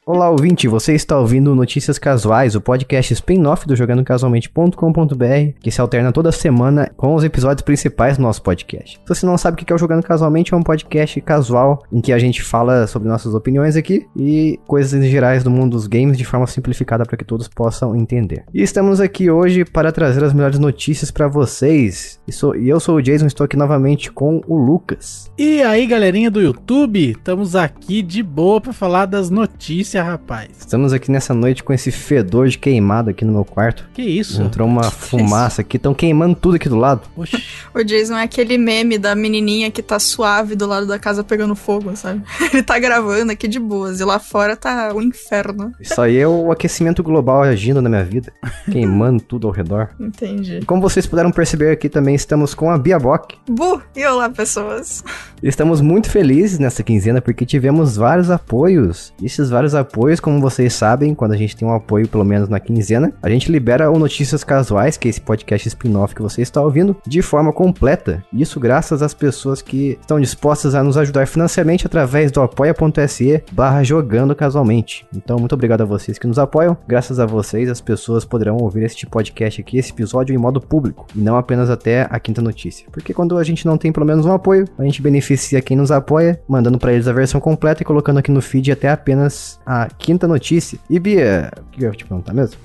Olá, ouvinte, você está ouvindo Notícias Casuais, o podcast spin-off do jogandocasualmente.com.br, que se alterna toda semana com os episódios principais do nosso podcast. Se você não sabe o que é o Jogando Casualmente, é um podcast casual em que a gente fala sobre nossas opiniões aqui e coisas em gerais do mundo dos games de forma simplificada para que todos possam entender. E estamos aqui hoje para trazer as melhores notícias para vocês. E eu sou o Jason, estou aqui novamente com o Lucas. E aí, galerinha do YouTube, estamos aqui de boa para falar das notícias, rapaz. Estamos aqui nessa noite com esse fedor de queimado aqui no meu quarto. Que isso? Entrou uma fumaça aqui, estão queimando tudo aqui do lado. Oxi. O Jason é aquele meme da menininha que tá suave do lado da casa pegando fogo, sabe? Ele tá gravando aqui de boas e lá fora tá o inferno. Isso aí é o aquecimento global agindo na minha vida, queimando tudo ao redor. Entendi. E como vocês puderam perceber aqui também, estamos com a Bia Bock. E olá, pessoas. Estamos muito felizes nessa quinzena porque tivemos vários apoios. E esses vários apoios, como vocês sabem, quando a gente tem um apoio pelo menos na quinzena, a gente libera o Notícias Casuais, que é esse podcast spin-off que você está ouvindo, de forma completa. Isso graças às pessoas que estão dispostas a nos ajudar financeiramente através do apoia.se/jogando casualmente. Então, muito obrigado a vocês que nos apoiam. Graças a vocês, as pessoas poderão ouvir este podcast aqui, esse episódio em modo público, e não apenas até a quinta notícia. Porque quando a gente não tem pelo menos um apoio, a gente beneficia quem nos apoia, mandando pra eles a versão completa e colocando aqui no feed até apenas a quinta notícia. E Bia, o que eu ia te perguntar mesmo?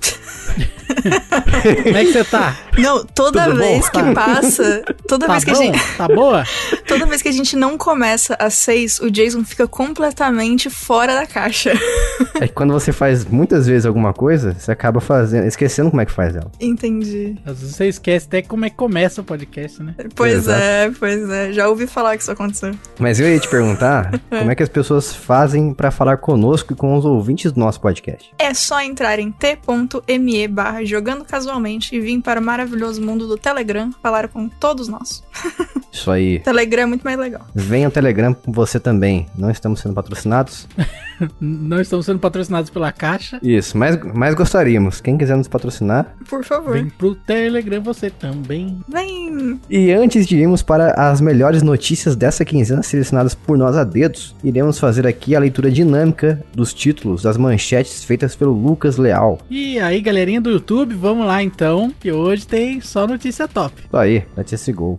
Como é que você tá? Não, toda Tudo vez bom? que passa, toda Tá vez que bom? a gente, Tá boa? toda vez que a gente não começa às 6, o Jason fica completamente fora da caixa. É que quando você faz muitas vezes alguma coisa, você acaba esquecendo como é que faz ela. Entendi. Às vezes você esquece até como é que começa o podcast, né? Pois Exato. é. Já ouvi falar que isso aconteceu. Mas eu ia te perguntar, como é que as pessoas fazem pra falar conosco e com os ouvintes do nosso podcast? É só entrar em t.me/jogando casualmente e vir para o maravilhoso mundo do Telegram falar com todos nós. Isso aí. Telegram é muito mais legal. Venha ao Telegram com você também. Não estamos sendo patrocinados? Não estamos sendo patrocinados pela Caixa. Isso, mas gostaríamos. Quem quiser nos patrocinar. Por favor. Vem pro Telegram você também. Vem. E antes de irmos para as melhores notícias dessa quinzena selecionadas por nós a dedos, iremos fazer aqui a leitura dinâmica dos títulos das manchetes feitas pelo Lucas Leal. E aí, galerinha do YouTube, vamos lá então, que hoje tem só notícia top. Isso aí, let's esse gol.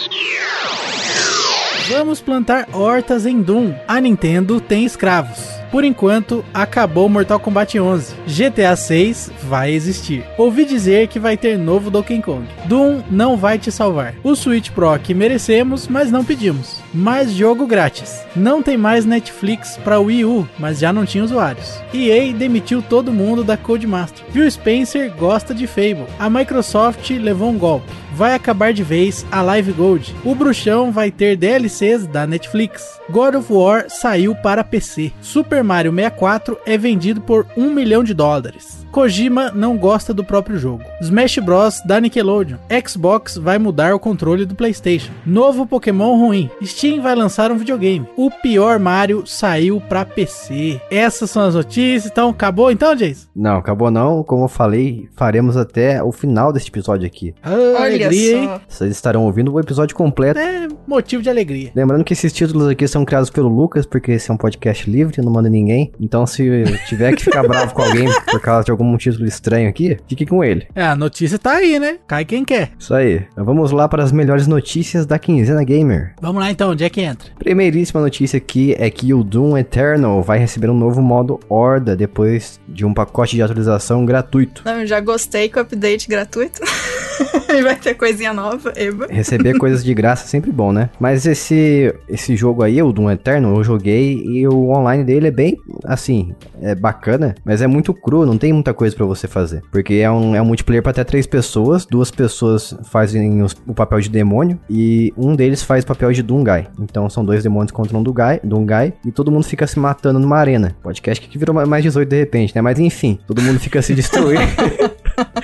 Vamos plantar hortas em Doom. A Nintendo tem escravos. Por enquanto, acabou Mortal Kombat 11. GTA 6 vai existir. Ouvi dizer que vai ter novo Donkey Kong. Doom não vai te salvar. O Switch Pro que merecemos, mas não pedimos. Mais jogo grátis. Não tem mais Netflix para Wii U, mas já não tinha usuários. EA demitiu todo mundo da Codemaster. Phil Spencer gosta de Fable. A Microsoft levou um golpe. Vai acabar de vez a Live Gold. O Bruxão vai ter DLCs da Netflix. God of War saiu para PC. Super Mario 64 é vendido por $1 milhão. Kojima não gosta do próprio jogo. Smash Bros da Nickelodeon. Xbox vai mudar o controle do PlayStation. Novo Pokémon ruim. Steam vai lançar um videogame. O pior Mario saiu para PC. Essas são as notícias. Então, acabou então, Jason? Não, acabou não. Como eu falei, faremos até o final deste episódio aqui. Olha Alegria, só. hein? Vocês estarão ouvindo o episódio completo. É motivo de alegria. Lembrando que esses títulos aqui são criados pelo Lucas, porque esse é um podcast livre, eu não mando ninguém. Então se tiver que ficar bravo com alguém por causa de algum título estranho aqui, fique com ele. É, a notícia tá aí, né? Cai quem quer. Isso aí. Então vamos lá para as melhores notícias da Quinzena Gamer. Vamos lá então, onde é que entra? Primeiríssima notícia aqui é que o Doom Eternal vai receber um novo modo Horda depois de um pacote de atualização gratuito. Não, já gostei com o update gratuito. E vai ter coisinha nova, eba. Receber coisas de graça é sempre bom, né? Mas esse jogo aí, o Doom Eternal, eu joguei e o online dele é bem, assim, é bacana, mas é muito cru, não tem muita coisa pra você fazer. Porque é um multiplayer pra até 3 pessoas, 2 pessoas fazem o papel de demônio e um deles faz o papel de Doomguy. Então são 2 demônios contra um Doomguy e todo mundo fica se matando numa arena. Podcast que virou mais 18 de repente, né? Mas enfim, todo mundo fica se destruindo.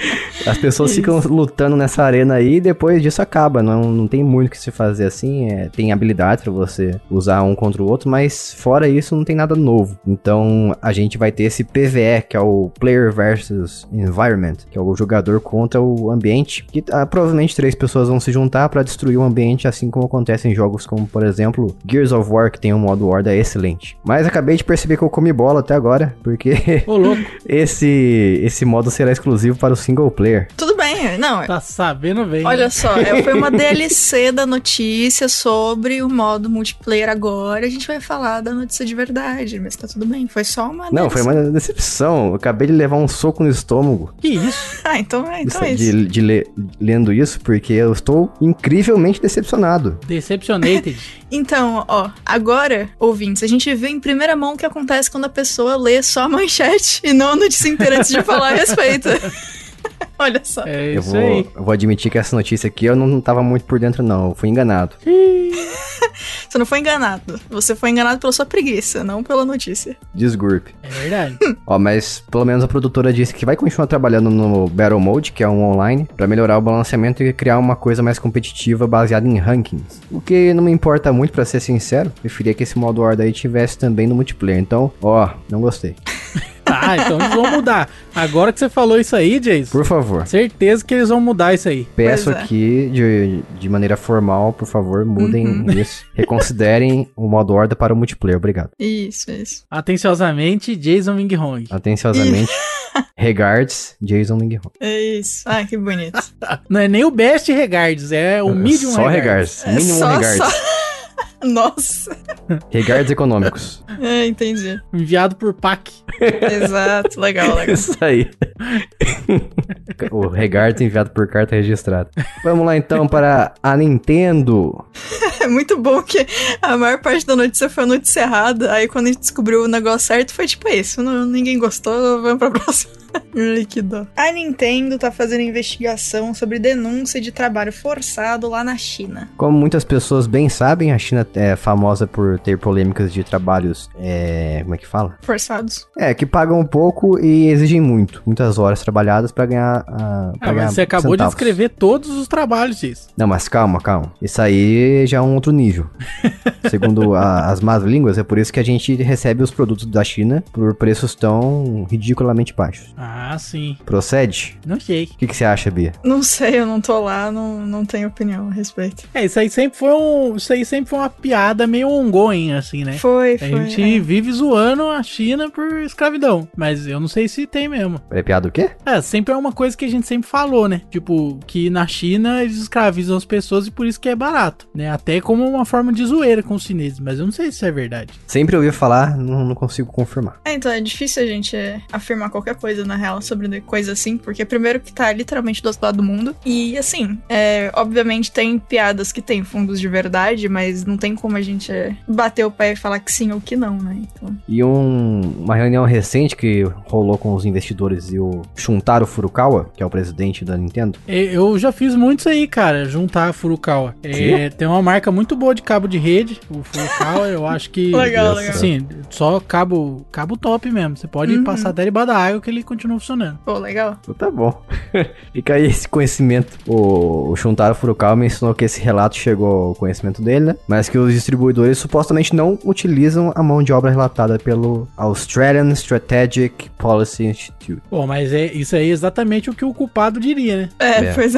As pessoas ficam lutando nessa arena aí e depois disso acaba. Não tem muito o que se fazer assim. Tem habilidade pra você usar um contra o outro, mas fora isso não tem nada novo. Então a gente vai ter esse PvE, que é o Player versus Environment, que é o jogador contra o ambiente, que provavelmente 3 pessoas vão se juntar pra destruir o ambiente, assim como acontece em jogos como, por exemplo, Gears of War, que tem um modo Horda excelente. Mas acabei de perceber que eu comi bola até agora, porque Ô, louco. esse modo será exclusivo para o single player. Tudo bem, não. Tá sabendo bem. Olha só, foi uma DLC da notícia sobre o modo multiplayer agora. A gente vai falar da notícia de verdade, mas tá tudo bem. Foi só uma Não, foi uma decepção. Eu acabei de levar um soco no estômago. Que isso? Então é isso. Lendo isso, porque eu estou incrivelmente decepcionado. Decepcionated. Então, ó, agora, ouvintes, a gente vê em primeira mão o que acontece quando a pessoa lê só a manchete e não a notícia inteira antes de falar a respeito. Olha só. É isso aí. Eu vou admitir que essa notícia aqui eu não tava muito por dentro, não. Eu fui enganado. Você não foi enganado. Você foi enganado pela sua preguiça, não pela notícia. Desculpe. É verdade. Ó, mas pelo menos a produtora disse que vai continuar trabalhando no Battle Mode, que é um online, pra melhorar o balanceamento e criar uma coisa mais competitiva baseada em rankings. O que não me importa muito, pra ser sincero. Preferia que esse modo Horda aí tivesse também no multiplayer. Então, ó, não gostei. Tá, então eles vão mudar. Agora que você falou isso aí, Jason, Por favor. certeza que eles vão mudar isso aí. Peço Pois é. aqui, de maneira formal, por favor, mudem isso. Reconsiderem o modo Horda para o multiplayer. Obrigado. Isso. Atenciosamente, Jason Wing Hong. Atenciosamente. Regards, Jason Minghorn. É isso. Ah, que bonito. Não é nem o Best Regards, é o Medium Só Regards. Regards. Minimum Regards. Nossa. Regards econômicos. É, entendi. Enviado por PAC. Exato. Legal. Isso aí. O Regards enviado por carta registrada. Vamos lá então para a Nintendo. É muito bom que a maior parte da notícia foi a notícia errada. Aí quando a gente descobriu o negócio certo, foi tipo isso. Ninguém gostou, vamos pra próxima. Ai, que dó. A Nintendo tá fazendo investigação sobre denúncia de trabalho forçado lá na China. Como muitas pessoas bem sabem, a China é famosa por ter polêmicas de trabalhos, como é que fala? Forçados. Que pagam pouco e exigem muitas horas trabalhadas pra ganhar, Mas você acabou centavos. de descrever todos os trabalhos disso. Não, mas calma. Isso aí já é um outro nível. Segundo as más línguas, é por isso que a gente recebe os produtos da China por preços tão ridiculamente baixos. Ah, sim. Procede? Não sei. O que você acha, Bia? Não sei, eu não tô lá, não tenho opinião a respeito. Isso aí sempre foi uma piada meio ongoing, assim, né? Foi. A gente vive zoando a China por escravidão, mas eu não sei se tem mesmo. É piada o quê? Sempre é uma coisa que a gente sempre falou, né? Tipo, que na China eles escravizam as pessoas e por isso que é barato, né? Até como uma forma de zoeira com os chineses, mas eu não sei se isso é verdade. Sempre ouvi falar, não consigo confirmar. Então é difícil a gente afirmar qualquer coisa, na real, sobre coisa assim, porque primeiro que tá literalmente do outro lado do mundo, e assim, obviamente tem piadas que tem fundos de verdade, mas não tem como a gente bater o pé e falar que sim ou que não, né? Então... E uma reunião recente que rolou com os investidores e o Shuntaro Furukawa, que é o presidente da Nintendo. Eu já fiz muito isso aí, cara, juntar a Furukawa. Tem uma marca muito boa de cabo de rede, o Furukawa, eu acho que... legal. Sim, só cabo top mesmo. Você pode passar até debaixo da água que ele continua funcionando. Pô, legal. Então tá bom. Fica aí esse conhecimento. O Shuntaro Furukawa mencionou que esse relato chegou ao conhecimento dele, né? Mas que os distribuidores supostamente não utilizam a mão de obra relatada pelo Australian Strategic Policy Institute. Bom, mas isso aí é exatamente o que o culpado diria, né? Pois é.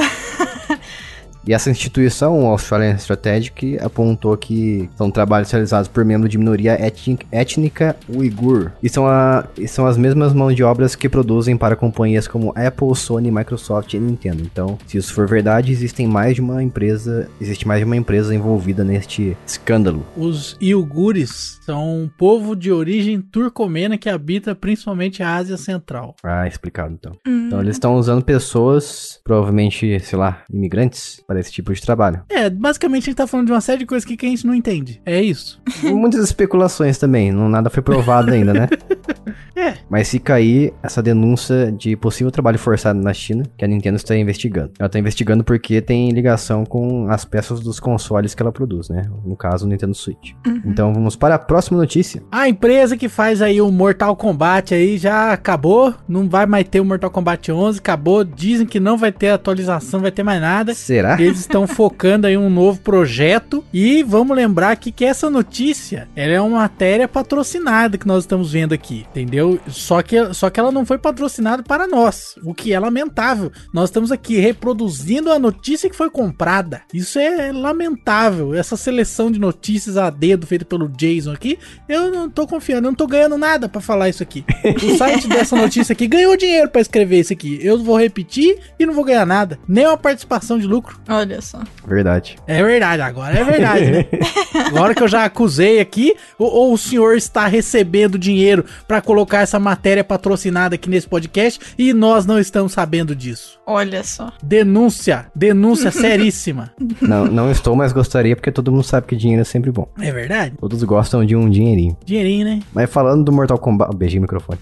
E essa instituição, o Australian Strategic, apontou que são trabalhos realizados por membros de minoria étnica uigur. E são as mesmas mãos de obras que produzem para companhias como Apple, Sony, Microsoft e Nintendo. Então, se isso for verdade, existe mais de uma empresa envolvida neste escândalo. Os iugures são um povo de origem turcomena que habita principalmente a Ásia Central. Explicado então. Então eles estão usando pessoas, provavelmente, sei lá, imigrantes, para esse tipo de trabalho. Basicamente a gente tá falando de uma série de coisas que a gente não entende. É isso. Muitas especulações também, nada foi provado ainda, né? Mas fica aí essa denúncia de possível trabalho forçado na China, que a Nintendo está investigando. Ela está investigando porque tem ligação com as peças dos consoles que ela produz, né? No caso, o Nintendo Switch. Então vamos para a próxima notícia. A empresa que faz aí o Mortal Kombat aí já acabou, não vai mais ter o Mortal Kombat 11, acabou, dizem que não vai ter atualização, não vai ter mais nada. Será? Eles estão focando aí em um novo projeto e vamos lembrar aqui que essa notícia, ela é uma matéria patrocinada que nós estamos vendo aqui, entendeu? Só que ela não foi patrocinada para nós, o que é lamentável. Nós estamos aqui reproduzindo a notícia que foi comprada. Isso é lamentável. Essa seleção de notícias a dedo feita pelo Jason aqui, eu não tô confiando, eu não tô ganhando nada pra falar isso aqui. O site dessa notícia aqui ganhou dinheiro pra escrever isso aqui. Eu vou repetir e não vou ganhar nada. Nem uma participação de lucro. Olha só. Verdade. É verdade, agora é verdade, né? Agora que eu já acusei aqui, ou o senhor está recebendo dinheiro pra colocar essa matéria patrocinada aqui nesse podcast e nós não estamos sabendo disso. Olha só. Denúncia seríssima. Não estou, mas gostaria, porque todo mundo sabe que dinheiro é sempre bom. É verdade? Todos gostam de um dinheirinho. Dinheirinho, né? Mas falando do Mortal Kombat... Beijinho o microfone.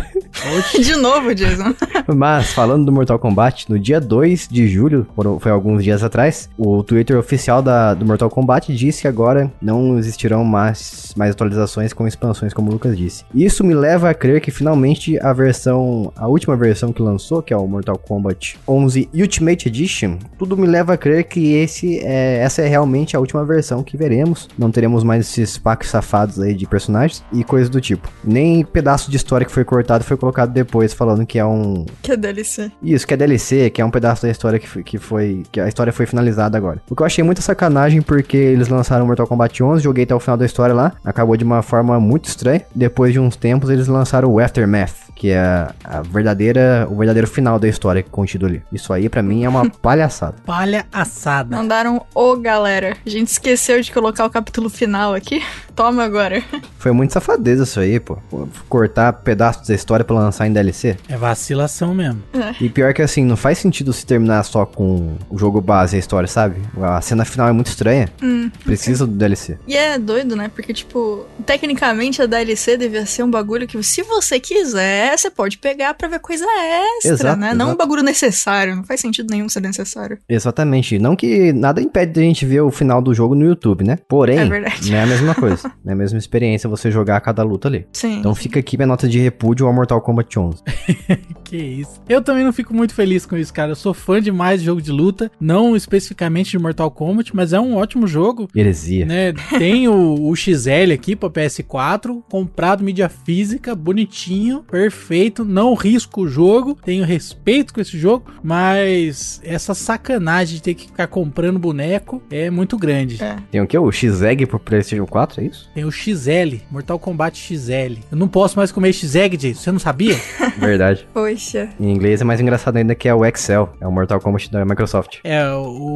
De novo, Jason. Mas falando do Mortal Kombat, no dia 2 de julho, foi alguns dias atrás, o Twitter oficial do Mortal Kombat disse que agora não existirão mais atualizações com expansões, como o Lucas disse. Isso me leva a crer que finalmente a última versão que lançou, que é o Mortal Kombat 11 Ultimate Edition, tudo me leva a crer que essa é realmente a última versão que veremos. Não teremos mais esses packs safados aí de personagens e coisas do tipo. Nem pedaço de história que foi cortado foi colocado depois, falando que é um... Que é DLC. Isso, que é DLC, que é um pedaço da história que a história foi finalizada agora. O que eu achei muita sacanagem, porque eles lançaram Mortal Kombat 11, joguei até o final da história lá, acabou de uma forma muito estranha. Depois de uns tempos, eles lançaram o Aftermath, que é o verdadeiro final da história contido ali. Isso aí, pra mim, é uma palhaçada. Palhaçada. Mandaram galera. A gente esqueceu de colocar o capítulo final aqui. Toma agora. Foi muito safadeza isso aí, pô. Cortar pedaços da história pra lançar em DLC. É vacilação mesmo. E pior que assim, não faz sentido se terminar só com o jogo base e a história, sabe? A cena final é muito estranha. Precisa do DLC. E é doido, né? Porque, tipo, tecnicamente a DLC devia ser um bagulho que, se você quiser, você pode pegar pra ver coisa extra, Exato, né? exato. Não um bagulho necessário. Não faz sentido nenhum ser necessário. Exatamente. Não que nada impede da gente ver o final do jogo no YouTube, né? Porém, É verdade. não é a mesma coisa. Não é a mesma experiência você jogar cada luta ali. Sim. Então fica aqui minha nota de repúdio ao Mortal Kombat 11. Que isso. Eu também não fico muito feliz com isso, cara. Eu sou fã demais de jogo de luta. Não especificamente de Mortal Kombat, mas é um ótimo jogo. Heresia. Né? Tem o XL aqui pra PS4, comprado mídia física, bonitinho, perfeito, não risco o jogo, tenho respeito com esse jogo, mas essa sacanagem de ter que ficar comprando boneco é muito grande. É. Tem o quê? O X-Egg pro PlayStation 4, é isso? Tem o XL, Mortal Kombat XL. Eu não posso mais comer X-Egg, Jason, você não sabia? Verdade. Poxa. Em inglês é mais engraçado ainda que é o Excel. É o Mortal Kombat da Microsoft. É,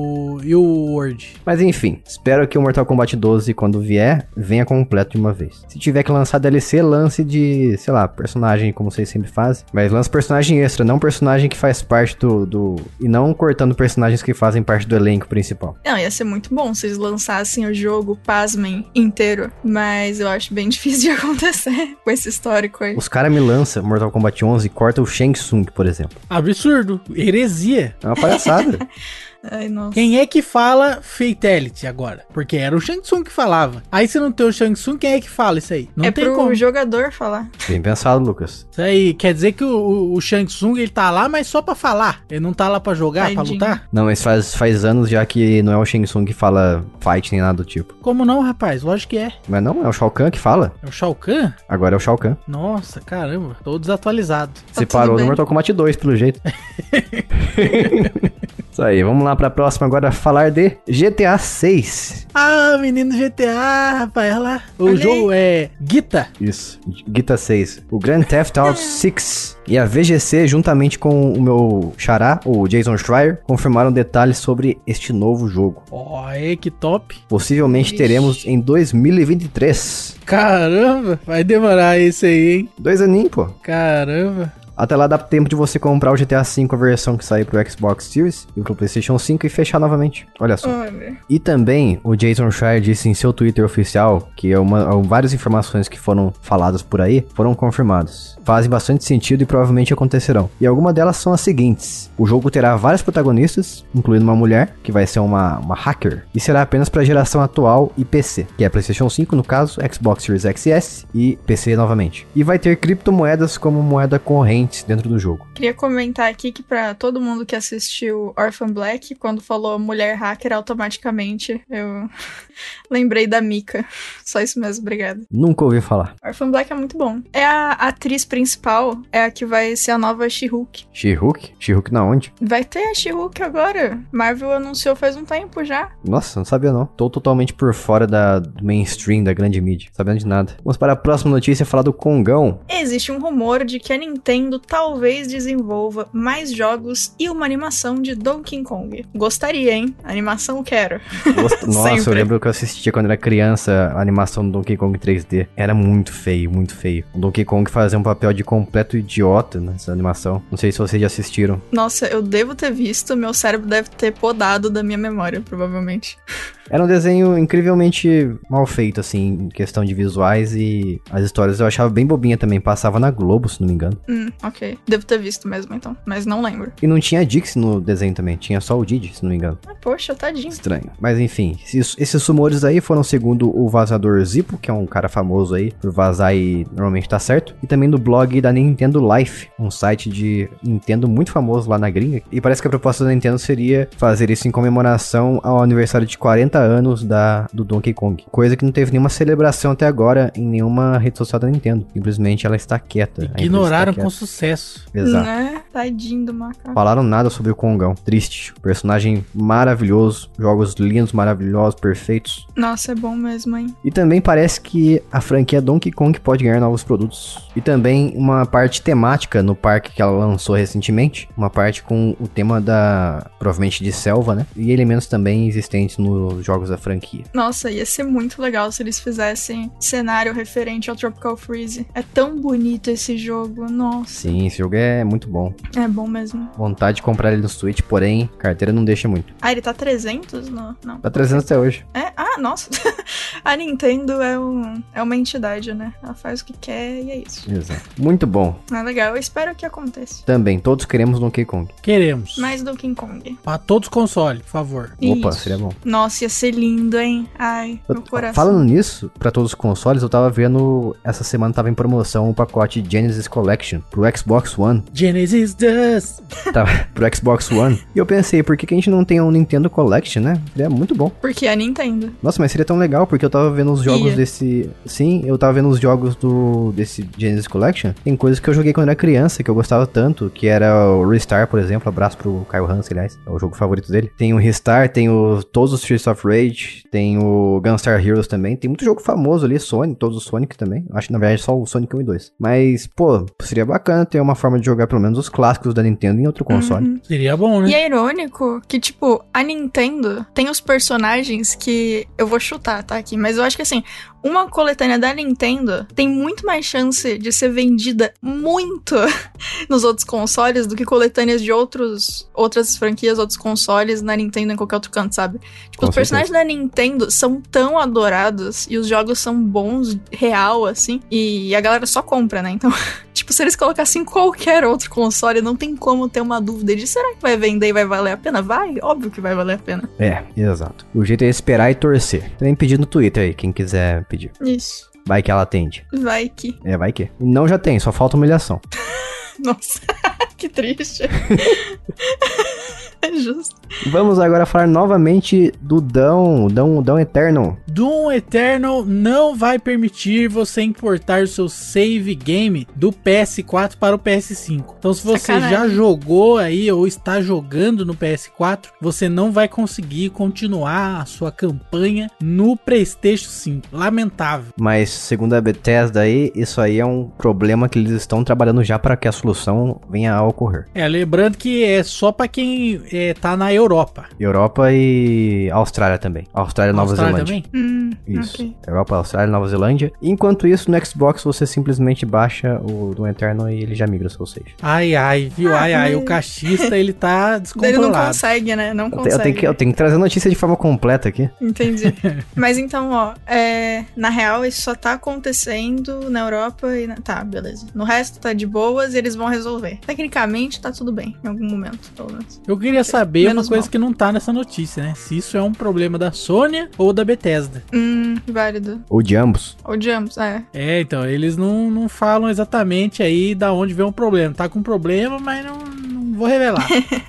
e o Word. Mas enfim, espero que o Mortal Kombat 12, quando vier, venha completo de uma vez. Se tiver que lançar DLC, lance de, sei lá, personagem, como vocês sempre fazem. Mas lance personagem extra, não personagem que faz parte do... E não cortando personagens que fazem parte do elenco principal. Não, ia ser muito bom se eles lançassem o jogo, pasmem, inteiro. Mas eu acho bem difícil de acontecer com esse histórico aí. Os caras me lançam Mortal Kombat 11 e cortam o Shang Tsung, por exemplo. Absurdo, heresia. É uma palhaçada. Ai, nossa. Quem é que fala Fatality agora? Porque era o Shang Tsung que falava. Aí se não tem o Shang Tsung, quem é que fala isso aí? Não é tem pro como. jogador falar. Bem pensado, Lucas. Isso aí quer dizer que o Shang Tsung ele tá lá, mas só pra falar. Ele não tá lá pra jogar, pra Tadinho. lutar? Não, mas faz anos já que não é o Shang Tsung que fala fight nem nada do tipo. Como não, rapaz? Lógico que é. Mas não, é o Shao Kahn que fala. É o Shao Kahn? Agora é o Shao Kahn. Nossa, caramba. Tô desatualizado. Se tudo parou no bem. Mortal Kombat 2, pelo jeito. Isso aí, vamos lá pra próxima agora falar de GTA 6. Ah, menino GTA, rapaz, olha lá. O Olha jogo é Guita. Isso, GTA 6. O Grand Theft Auto 6 e a VGC, juntamente com o meu xará, o Jason Schreier, confirmaram detalhes sobre este novo jogo. Ó, que top. Possivelmente Ixi. teremos em 2023. Caramba, vai demorar esse aí, hein? 2 aninhos, pô. Caramba. Até lá dá tempo de você comprar o GTA V, a versão que sair pro Xbox Series e pro PlayStation 5 e fechar novamente. Olha só. Olha. E também o Jason Schreier disse em seu Twitter oficial que várias informações que foram faladas por aí foram confirmadas. Fazem bastante sentido e provavelmente acontecerão. E algumas delas são as seguintes. O jogo terá vários protagonistas, incluindo uma mulher, que vai ser uma hacker, e será apenas para a geração atual e PC, que é PlayStation 5 no caso, Xbox Series XS e PC novamente. E vai ter criptomoedas como moeda corrente dentro do jogo. Queria comentar aqui que pra todo mundo que assistiu Orphan Black, quando falou mulher hacker, automaticamente eu lembrei da Mika. Só isso mesmo, obrigada. Nunca ouvi falar. Orphan Black é muito bom. É a atriz principal, é a que vai ser a nova She-Hulk. She-Hulk? She-Hulk na onde? Vai ter a She-Hulk agora. Marvel anunciou faz um tempo já. Nossa, não sabia não. Tô totalmente por fora do mainstream, da grande mídia. Sabendo de nada. Vamos para a próxima notícia, falar do Kongão. Existe um rumor de que a Nintendo talvez desenvolva mais jogos e uma animação de Donkey Kong. Gostaria, hein? Animação quero. Nossa, eu lembro que eu assistia quando era criança a animação do Donkey Kong 3D. Era muito feio, muito feio. O Donkey Kong fazia um papel de completo idiota nessa animação. Não sei se vocês já assistiram. Nossa, eu devo ter visto, meu cérebro deve ter podado da minha memória, provavelmente. Era um desenho incrivelmente mal feito, assim, em questão de visuais, e as histórias eu achava bem bobinha também. Passava na Globo, se não me engano. Ok. Devo ter visto mesmo, então. Mas não lembro. E não tinha Dixie no desenho também. Tinha só o Didi, se não me engano. Ah, poxa, tadinho. Estranho. Mas enfim, esses rumores aí foram segundo o vazador Zippo, que é um cara famoso aí por vazar e normalmente tá certo. E também do blog da Nintendo Life, um site de Nintendo muito famoso lá na gringa. E parece que a proposta da Nintendo seria fazer isso em comemoração ao aniversário de 40 anos do Donkey Kong. Coisa que não teve nenhuma celebração até agora em nenhuma rede social da Nintendo. Simplesmente ela está quieta. Ignoraram com sucesso. Exato. Né? Tadinho do macaco. Falaram nada sobre o Kongão. Triste. Personagem maravilhoso. Jogos lindos, maravilhosos, perfeitos. Nossa, é bom mesmo, hein? E também parece que a franquia Donkey Kong pode ganhar novos produtos. E também uma parte temática no parque que ela lançou recentemente. Uma parte com o tema provavelmente de selva, né? E elementos também existentes nos jogos da franquia. Nossa, ia ser muito legal se eles fizessem cenário referente ao Tropical Freeze. É tão bonito esse jogo, nossa. Sim, esse jogo é muito bom. É bom mesmo. Vontade de comprar ele no Switch, porém, carteira não deixa muito. Ah, ele tá 300? Não. Tá 300 até hoje. É? Ah, nossa. A Nintendo é uma entidade, né? Ela faz o que quer e é isso. Exato. Muito bom. É legal, eu espero que aconteça. Também, todos queremos Donkey Kong. Queremos. Mais Donkey Kong. Pra todos os consoles, por favor. Opa, Isso. seria bom. Nossa, ia ser lindo, hein? Ai, meu coração. Falando nisso, pra todos os consoles, eu tava vendo, essa semana tava em promoção o pacote Genesis Collection pro Xbox One. Genesis Dust. Tava pro Xbox One. E eu pensei, por que a gente não tem um Nintendo Collection, né? Seria muito bom. Porque é a Nintendo. Nossa, mas seria tão legal, porque eu tava vendo os jogos desse... Sim, eu tava vendo os jogos desse Genesis Collection. Tem coisas que eu joguei quando era criança, que eu gostava tanto, que era o Ristar, por exemplo. Abraço pro Caio Hans, aliás. É o jogo favorito dele. Tem o Ristar, tem todos os Streets of Rage, tem o Gunstar Heroes também. Tem muito jogo famoso ali, Sonic, todos os Sonic também. Acho que na verdade só o Sonic 1 e 2. Mas, pô, seria bacana ter uma forma de jogar pelo menos os clássicos da Nintendo em outro console. Seria bom, né? E é irônico que, tipo, a Nintendo tem os personagens que... Eu vou chutar, tá, aqui. Mas eu acho que, assim, uma coletânea da Nintendo tem muito mais chance de ser vendida muito nos outros consoles do que coletâneas de outras franquias, outros consoles na Nintendo em qualquer outro canto, sabe? Tipo, os personagens da Nintendo são tão adorados e os jogos são bons, real, assim, e a galera só compra, né? Então, tipo, se eles colocassem qualquer outro console, não tem como ter uma dúvida de será que vai vender e vai valer a pena? Vai, óbvio que vai valer a pena. É, exato. O jeito é esperar e torcer. Também pedir no Twitter aí, quem quiser pedir. Isso. Vai que ela atende. Vai que. É, vai que. Não já tem, só falta humilhação. Nossa, que triste. É justo. Vamos agora falar novamente do Doom Eternal. Doom Eternal não vai permitir você importar o seu save game do PS4 para o PS5. Então se você já jogou aí ou está jogando no PS4, você não vai conseguir continuar a sua campanha no PlayStation 5. Lamentável. Mas segundo a Bethesda aí, isso aí é um problema que eles estão trabalhando já para que a solução venha a ocorrer. Lembrando que é só para quem tá na Europa. Europa e Austrália também. Austrália e Nova Zelândia. Também? Isso. Ok. Europa, Austrália e Nova Zelândia. Enquanto isso, no Xbox você simplesmente baixa o do Eternal e ele já migra o seu save. Ai, viu? O cachista, ele tá descontrolado. Ele não consegue, né? Não consegue. Eu tenho que trazer a notícia de forma completa aqui. Entendi. Mas então, ó, na real, isso só tá acontecendo na Europa e Tá, beleza. No resto tá de boas e eles vão resolver. Tecnicamente tá tudo bem, em algum momento, pelo menos. Eu queria saber Menos uma coisa mal. que não tá nessa notícia, né? Se isso é um problema da Sony ou da Bethesda. Válido. Ou de ambos. Ou de ambos, É, então, eles não falam exatamente aí da onde vem o problema. Tá com problema, mas não vou revelar.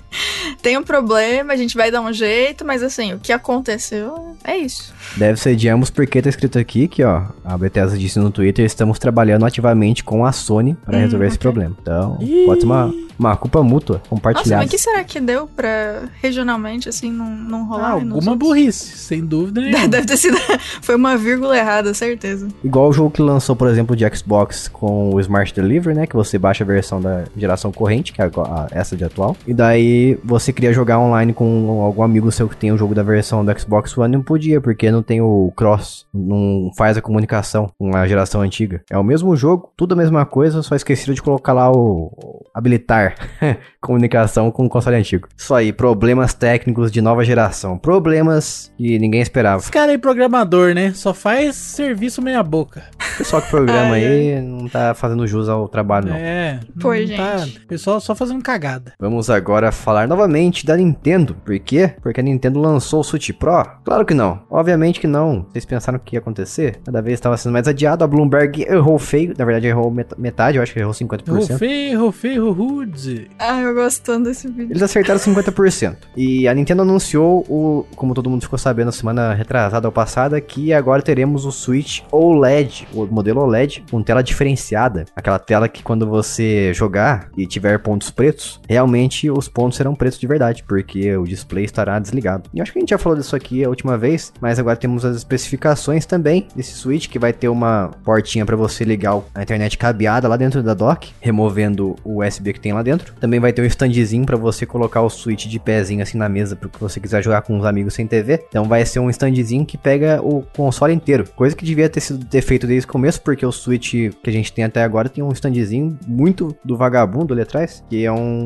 Tem um problema, a gente vai dar um jeito, mas assim, o que aconteceu é isso. Deve ser de ambos porque tá escrito aqui que, ó, a Bethesda disse no Twitter, estamos trabalhando ativamente com a Sony para resolver esse problema. Então, pode ser uma culpa mútua, Nossa, compartilhada. mas o que será que deu pra regionalmente, assim, não rolar? Alguma burrice, sem dúvida nenhuma. Deve ter sido... Foi uma vírgula errada, certeza. Igual o jogo que lançou, por exemplo, de Xbox com o Smart Delivery, né? Que você baixa a versão da geração corrente, que é essa de atual. E daí você queria jogar online com algum amigo seu que tem o jogo da versão do Xbox One, não podia, porque não tem o cross, não faz a comunicação com a geração antiga. É o mesmo jogo, tudo a mesma coisa, só esqueceram de colocar lá o habilitar comunicação com o console antigo. Isso aí, problemas técnicos de nova geração. Problemas que ninguém esperava. Esse cara aí, programador, né? Só faz serviço meia boca. O pessoal que programa aí não tá fazendo jus ao trabalho, não. Pô, não gente. tá. Pessoal só fazendo cagada. Vamos agora falar novamente da Nintendo. Por quê? Porque a Nintendo lançou o Switch Pro? Claro que não. Obviamente que não. Vocês pensaram que ia acontecer? Cada vez estava sendo mais adiado. A Bloomberg errou feio. Na verdade, errou metade. Eu acho que errou 50%. Errou feio, rude. Eu gosto tanto desse vídeo. Eles acertaram 50%. E a Nintendo anunciou, como todo mundo ficou sabendo na semana retrasada ou passada, que agora teremos o Switch OLED, o modelo OLED, com tela diferenciada. Aquela tela que quando você jogar e tiver pontos pretos, realmente os pontos serão pretos de verdade, porque o display estará desligado. E acho que a gente já falou disso aqui a última vez, mas agora temos as especificações também desse Switch, que vai ter uma portinha para você ligar a internet cabeada lá dentro da dock, removendo o USB que tem lá dentro. Também vai ter um standzinho para você colocar o Switch de pezinho assim na mesa, porque você quiser jogar com os amigos sem TV. Então vai ser um standzinho que pega o console inteiro, coisa que devia ter feito desde o começo, porque o Switch que a gente tem até agora tem um standzinho muito do vagabundo ali atrás, que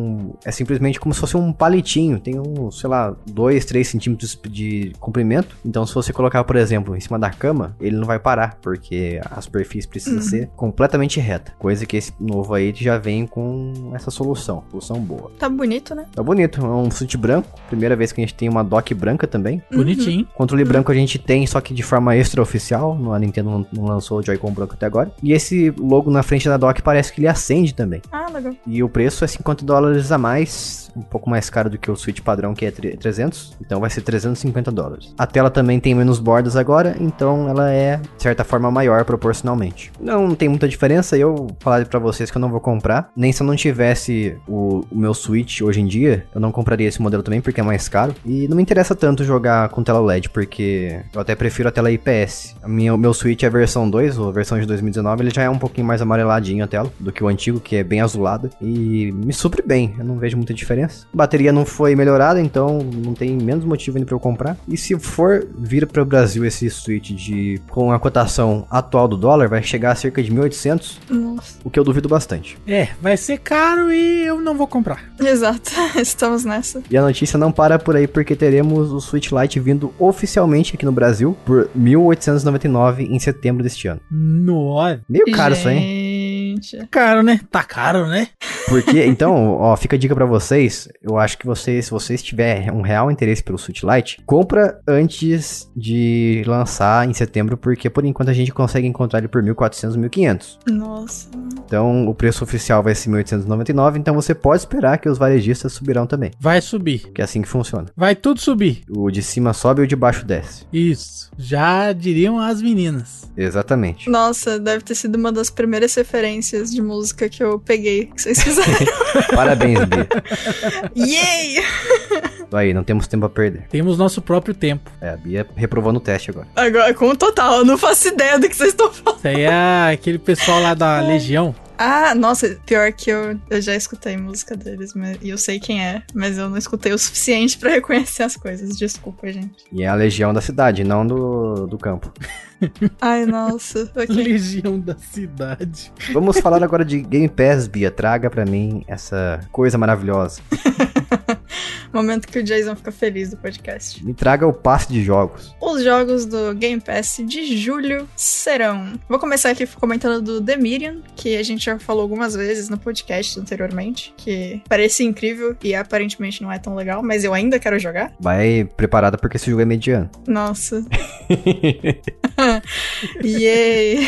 é simplesmente como se fosse um palitinho, tem sei lá, 2, 3 centímetros de comprimento. Então se você colocar, por exemplo, em cima da cama, ele não vai parar, porque a superfície precisa ser completamente reta, coisa que esse novo aí já vem com essa solução boa. Tá bonito, né? Tá bonito, é um Switch branco, primeira vez que a gente tem uma dock branca também. Bonitinho. Controle branco a gente tem, só que de forma extraoficial, a Nintendo não lançou o Joy-Con branco até agora. E esse logo na frente da dock parece que ele acende também. Legal. E o preço é $50 a mais, um pouco mais caro do que o Switch padrão, que é 300, então vai ser $350. A tela também tem menos bordas agora, então ela é, de certa forma, maior proporcionalmente. Não tem muita diferença, eu falar pra vocês que eu não vou comprar, nem se eu não tivesse o meu Switch hoje em dia, eu não compraria esse modelo também, porque é mais caro. E não me interessa tanto jogar com tela LED, porque eu até prefiro a tela IPS. O meu Switch é a versão 2, ou a versão de 2019, ele já é um pouquinho mais amareladinho a tela do que o antigo, que é bem azulada, e me supre bem, eu não vejo muita diferença. A bateria não foi melhorada, então não tem menos motivo ainda pra eu comprar. E se for vir para o Brasil esse Switch com a cotação atual do dólar, vai chegar a cerca de 1.800, o que eu duvido bastante. Vai ser caro e eu não vou comprar. Exato, estamos nessa. E a notícia não para por aí, porque teremos o Switch Lite vindo oficialmente aqui no Brasil por R$1.899 em setembro deste ano. Nossa. Meio caro isso, hein? Caro, né? Tá caro, né? Porque, então, ó, fica a dica pra vocês. Eu acho que se vocês tiverem um real interesse pelo Switch Lite, compra antes de lançar em setembro, porque por enquanto a gente consegue encontrar ele por 1.400, 1.500. Nossa. Então, o preço oficial vai ser 1.899, então você pode esperar que os varejistas subirão também. Vai subir. Que é assim que funciona. Vai tudo subir. O de cima sobe e o de baixo desce. Isso. Já diriam as meninas. Exatamente. Nossa, deve ter sido uma das primeiras referências de música que eu peguei, que vocês fizeram. Parabéns, Bia. Yay! Aí, não temos tempo a perder. Temos nosso próprio tempo. A Bia reprovou no teste agora. Agora, com o total, eu não faço ideia do que vocês estão falando. Isso aí é aquele pessoal lá da Legião. Ah, nossa, pior que eu já escutei música deles, e eu sei quem é, mas eu não escutei o suficiente pra reconhecer as coisas. Desculpa, gente. E é a Legião da Cidade, não do campo. Ai, nossa. Okay. Legião da Cidade. Vamos falar agora de Game Pass, Bia. Traga pra mim essa coisa maravilhosa. Momento que o Jason fica feliz do podcast. Me traga o passe de jogos. Os jogos do Game Pass de julho serão... Vou começar aqui comentando do The Medium, que a gente já falou algumas vezes no podcast anteriormente, que parecia incrível e aparentemente não é tão legal, mas eu ainda quero jogar. Vai preparada porque esse jogo é mediano. Nossa. Yay!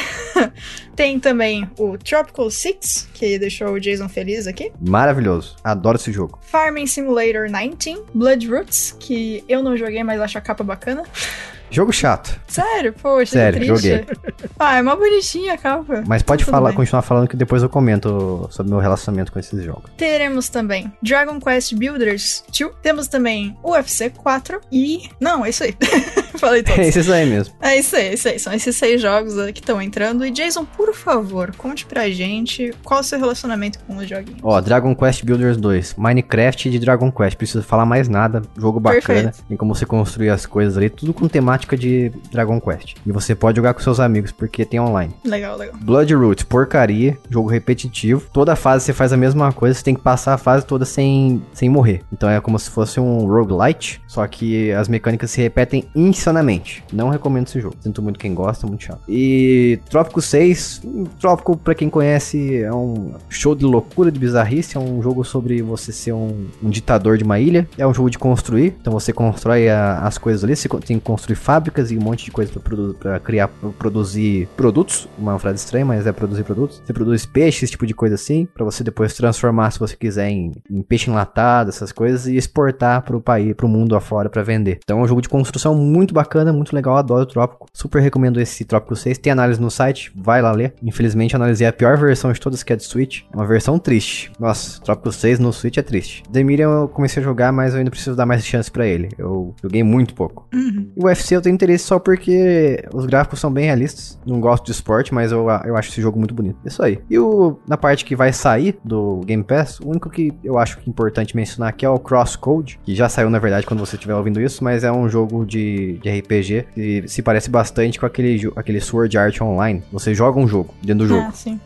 Tem também o Tropical 6, que deixou o Jason feliz aqui. Maravilhoso. Adoro esse jogo. Farming Simulator 19, Bloodroots, que eu não joguei, mas acho a capa bacana. Jogo chato. Sério? Poxa, Sério, que triste. joguei. Ah, é mó bonitinha a capa. Mas pode Tudo bem. continuar falando que depois eu comento sobre meu relacionamento com esses jogos. Teremos também Dragon Quest Builders 2. Temos também UFC 4 e... Não, é isso aí. Falei todos. É esses aí mesmo. É isso aí. São esses 6 jogos que estão entrando. E Jason, por favor, conte pra gente qual é o seu relacionamento com os joguinhos. Ó, Dragon Quest Builders 2. Minecraft de Dragon Quest. Preciso falar mais nada. Jogo bacana. Perfeito. Tem como você construir as coisas ali. Tudo com temática de Dragon Quest. E você pode jogar com seus amigos, porque tem online. Legal, legal. Bloodroots, porcaria. Jogo repetitivo. Toda fase você faz a mesma coisa. Você tem que passar a fase toda sem morrer. Então é como se fosse um roguelite. Só que as mecânicas se repetem insanamente. Não recomendo esse jogo. Sinto muito quem gosta, muito chato. E Trópico 6. Trópico, pra quem conhece, é um show de loucura, de bizarrice. É um jogo sobre você ser um ditador de uma ilha. É um jogo de construir. Então você constrói as coisas ali. Você tem que construir fábricas e um monte de coisa pra produzir produtos. Uma frase estranha, mas é produzir produtos. Você produz peixe, esse tipo de coisa assim. Pra você depois transformar, se você quiser, em peixe enlatado, essas coisas. E exportar pro país, pro mundo afora pra vender. Então é um jogo de construção muito bacana, muito legal. Adoro o Trópico. Super recomendo esse Trópico 6. Tem análise no site, vai lá ler. Infelizmente eu analisei a pior versão de todas, que é de Switch. É uma versão triste. Nossa, Trópico 6 no Switch é triste. The Medium eu comecei a jogar, mas eu ainda preciso dar mais chance pra ele. Eu joguei muito pouco. Uhum. E o UFC eu tenho interesse só porque os gráficos são bem realistas. Não gosto de esporte, mas eu acho esse jogo muito bonito. Isso aí. E na parte que vai sair do Game Pass, o único que eu acho que é importante mencionar aqui é o Crosscode, que já saiu na verdade quando você estiver ouvindo isso, mas é um jogo de RPG que se parece bastante com aquele Sword Art Online. Você joga um jogo dentro do jogo. Ah, sim.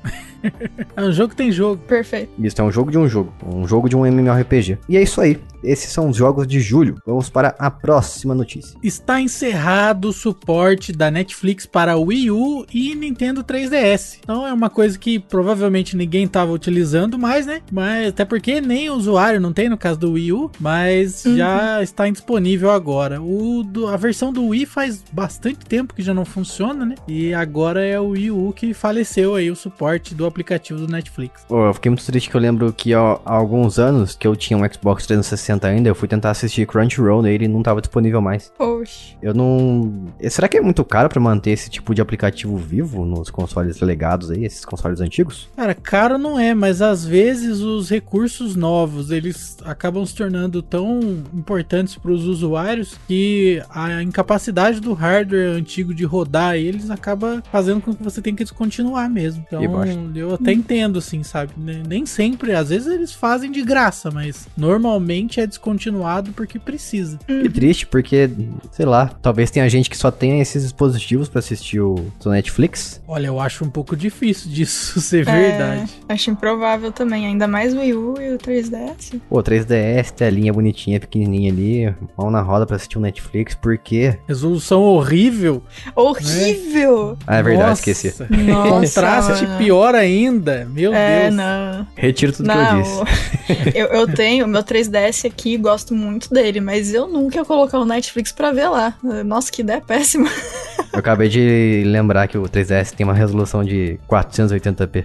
É um jogo que tem jogo. Perfeito. Isso, é um jogo de um jogo. Um jogo de um MMORPG. E é isso aí. Esses são os jogos de julho. Vamos para a próxima notícia. Está encerrado o suporte da Netflix para Wii U e Nintendo 3DS. Então é uma coisa que provavelmente ninguém estava utilizando mais, né? Mas até porque nem o usuário não tem no caso do Wii U, mas já está indisponível agora. A versão do Wii faz bastante tempo que já não funciona, né? E agora é o Wii U que faleceu aí o suporte do aplicativo do Netflix. Eu fiquei muito triste que eu lembro que há alguns anos que eu tinha um Xbox 360 ainda, eu fui tentar assistir Crunchyroll nele e não tava disponível mais. Poxa. Eu não... Será que é muito caro pra manter esse tipo de aplicativo vivo nos consoles legados aí, esses consoles antigos? Cara, caro não é, mas às vezes os recursos novos, eles acabam se tornando tão importantes para os usuários que a incapacidade do hardware antigo de rodar eles acaba fazendo com que você tenha que descontinuar mesmo. Então, eu até entendo, assim, sabe? Nem sempre, às vezes eles fazem de graça, mas normalmente é descontinuado porque precisa. Que triste, porque, sei lá, talvez tenha gente que só tenha esses dispositivos pra assistir o Netflix. Olha, eu acho um pouco difícil disso ser verdade. Acho improvável também, ainda mais o Wii U e o 3DS. Pô, 3DS, telinha bonitinha, pequenininha ali, mão na roda pra assistir o Netflix, por quê? Resolução horrível. Horrível! Ah, é verdade, Nossa. esqueci. Nossa, Contraste pior ainda. Meu Deus. Não. Retiro tudo que eu disse. Eu tenho o meu 3DS aqui, gosto muito dele, mas eu nunca ia colocar o Netflix pra ver lá. Nossa, que ideia péssima. Eu acabei de lembrar que o 3DS tem uma resolução de 480p.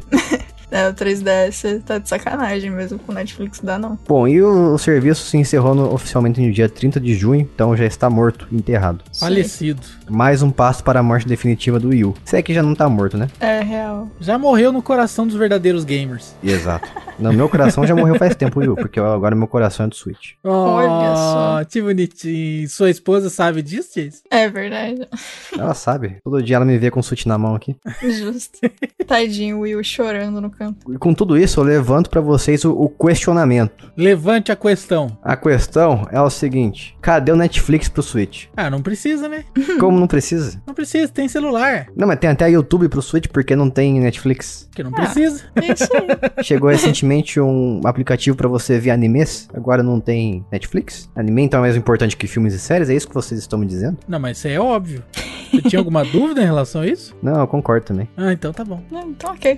O 3DS tá de sacanagem mesmo, com o Netflix dá não. Bom, e o serviço se encerrou oficialmente no dia 30 de junho, então já está morto, enterrado. Falecido. Mais um passo para a morte definitiva do Wii U. Se é que já não tá morto, né? É real. Já morreu no coração dos verdadeiros gamers. Exato. No meu coração já morreu faz tempo o Wii U, porque agora meu coração é do Switch. Olha só. Que bonitinho. Sua esposa sabe disso, Jace? É verdade. Ela sabe. Todo dia ela me vê com o Switch na mão aqui. Justo. Tadinho, o Will chorando no canto. E com tudo isso, eu levanto pra vocês o questionamento. Levante a questão. A questão é o seguinte: cadê o Netflix pro Switch? Ah, não precisa, né? Como não precisa? Não precisa, tem celular. Não, mas tem até YouTube pro Switch porque não tem Netflix. Que não precisa. É isso aí. Chegou recentemente um aplicativo pra você ver animes, agora não tem Netflix? Anime então é mais importante que filmes e séries? É isso que vocês estão me dizendo? Não, mas isso aí é óbvio. Você tinha alguma dúvida em relação a isso? Não, eu concordo também. Ah, então tá bom. Então, ok.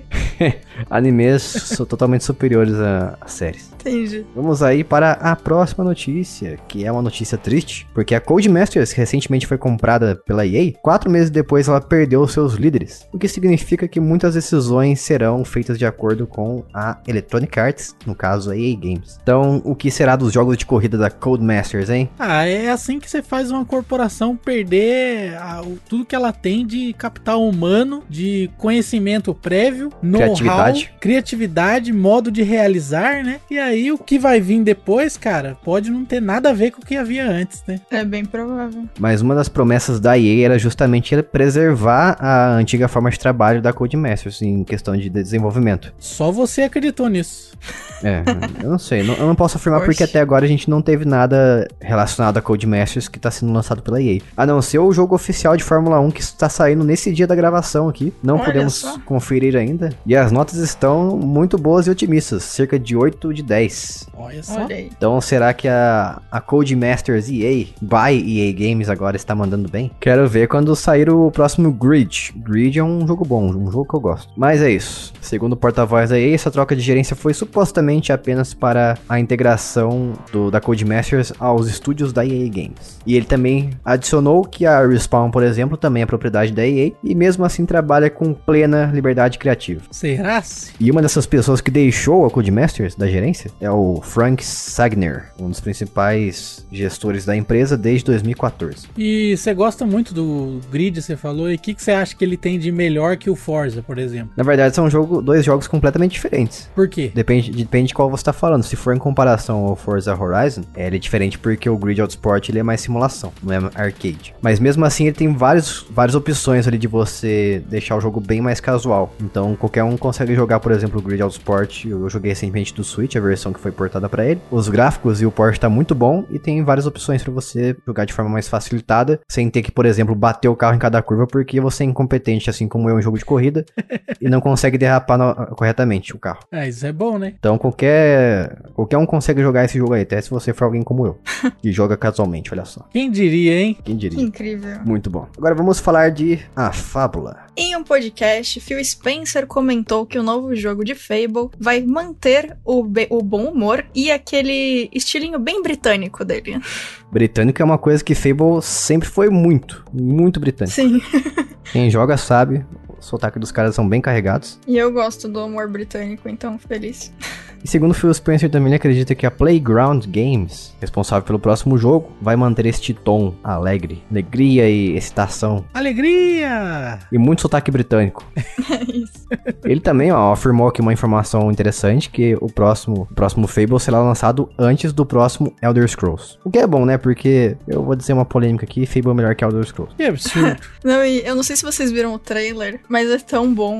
Animes são totalmente superiores a séries. Entendi. Vamos aí para a próxima notícia, que é uma notícia triste, porque a Codemasters recentemente foi comprada pela EA. 4 meses depois ela perdeu seus líderes, o que significa que muitas decisões serão feitas de acordo com a Electronic Arts, no caso a EA Games. Então, o que será dos jogos de corrida da Codemasters, hein? Ah, é assim que você faz uma corporação perder tudo que ela tem de capital humano, de conhecimento prévio, know-how, criatividade, modo de realizar, né? E aí o que vai vir depois, cara, pode não ter nada a ver com o que havia antes, né? É bem provável. Mas uma das promessas da EA era justamente preservar a antiga forma de trabalho da Codemasters em questão de desenvolvimento. Só você acreditou nisso. É, eu não sei, eu não posso afirmar Oxe. porque até agora a gente não teve nada relacionado a Codemasters que está sendo lançado pela EA. A não ser o jogo oficial de Fórmula 1 que está saindo nesse dia da gravação aqui. Não Olha podemos só. conferir ainda. E as notas estão muito boas e otimistas, cerca de 8 de 10. Olha só. Olha aí. Então será que a Codemasters EA, by EA Games, agora está mandando bem? Quero ver quando sair o próximo Grid. Grid é um jogo bom, um jogo que eu gosto. Mas é isso. Segundo o porta-voz da EA, essa troca de gerência foi supostamente apenas para a integração da Codemasters aos estúdios da EA Games. E ele também adicionou que a Respawn, por exemplo, também é propriedade da EA e mesmo assim trabalha com plena liberdade criativa. Será? E uma dessas pessoas que deixou a Codemasters da gerência é o Frank Sagner, um dos principais gestores da empresa desde 2014. E você gosta muito do Grid, você falou, e o que você acha que ele tem de melhor que o Forza, por exemplo? Na verdade, são dois jogos completamente diferentes. Por quê? Depende de qual você está falando. Se for em comparação ao Forza Horizon, ele é diferente porque o Grid Autosport ele é mais simulação, não é arcade. Mas mesmo assim, ele tem várias opções ali de você deixar o jogo bem mais casual. Então, qualquer um consegue jogar, por exemplo, o Grid Autosport. Eu joguei recentemente do Switch, a versão que foi portada para ele. Os gráficos e o port tá muito bom e tem várias opções para você jogar de forma mais facilitada, sem ter que, por exemplo, bater o carro em cada curva porque você é incompetente, assim como eu em jogo de corrida, e não consegue derrapar corretamente o carro. Ah, isso é bom, né? Então qualquer um consegue jogar esse jogo aí, até se você for alguém como eu, que joga casualmente, olha só. Quem diria, hein? Quem Que diria? incrível. Muito bom. Agora vamos falar de A Fábula. Em um podcast, Phil Spencer comentou que o novo jogo de Fable vai manter o bom humor e aquele estilinho bem britânico dele. Britânico é uma coisa que Fable sempre foi muito britânico. Sim. Quem joga sabe, o sotaque dos caras são bem carregados. E eu gosto do humor britânico, então feliz. E segundo Phil Spencer também ele acredita que a Playground Games, responsável pelo próximo jogo, vai manter este tom alegre, alegria e excitação. Alegria! E muito sotaque britânico. É isso. Ele também afirmou aqui uma informação interessante, que o próximo Fable será lançado antes do próximo Elder Scrolls. O que é bom, né? Porque, eu vou dizer uma polêmica aqui, Fable é melhor que Elder Scrolls. Que absurdo. Não, e eu não sei se vocês viram o trailer, mas é tão bom.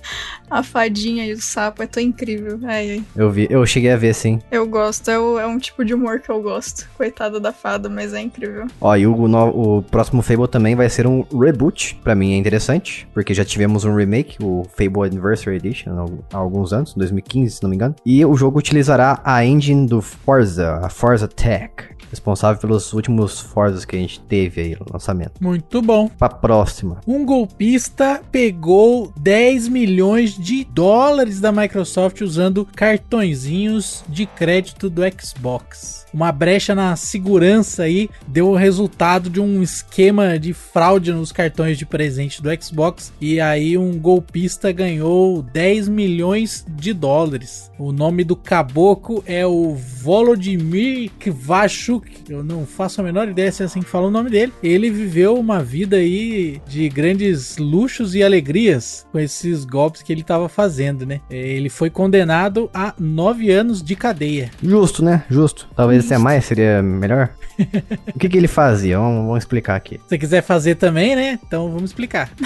A fadinha e o sapo é tão incrível. Ai, ai. Eu cheguei a ver, sim. Eu gosto, é um tipo de humor que eu gosto. Coitada da fada, mas é incrível. Ó, e o próximo Fable também vai ser um reboot. Pra mim é interessante, porque já tivemos um remake, o Fable Anniversary Edition, há alguns anos, 2015, se não me engano. E o jogo utilizará a engine do Forza, a Forza Tech, responsável pelos últimos Forzas que a gente teve aí no lançamento. Muito bom. Pra próxima. Um golpista pegou 10 milhões de dólares da Microsoft usando cartõezinhos de crédito do Xbox. Uma brecha na segurança aí deu o resultado de um esquema de fraude nos cartões de presente do Xbox, e aí um golpista ganhou 10 milhões de dólares. O nome do caboclo é o Volodymyr Kvachuk. Eu não faço a menor ideia se é assim que fala o nome dele. Ele viveu uma vida aí de grandes luxos e alegrias com esses golpes que ele estava fazendo, né? Ele foi condenado a 9 anos de cadeia. Justo, né? Justo. Talvez até mais, seria melhor. O que ele fazia? Vamos explicar aqui. Se você quiser fazer também, né? Então vamos explicar.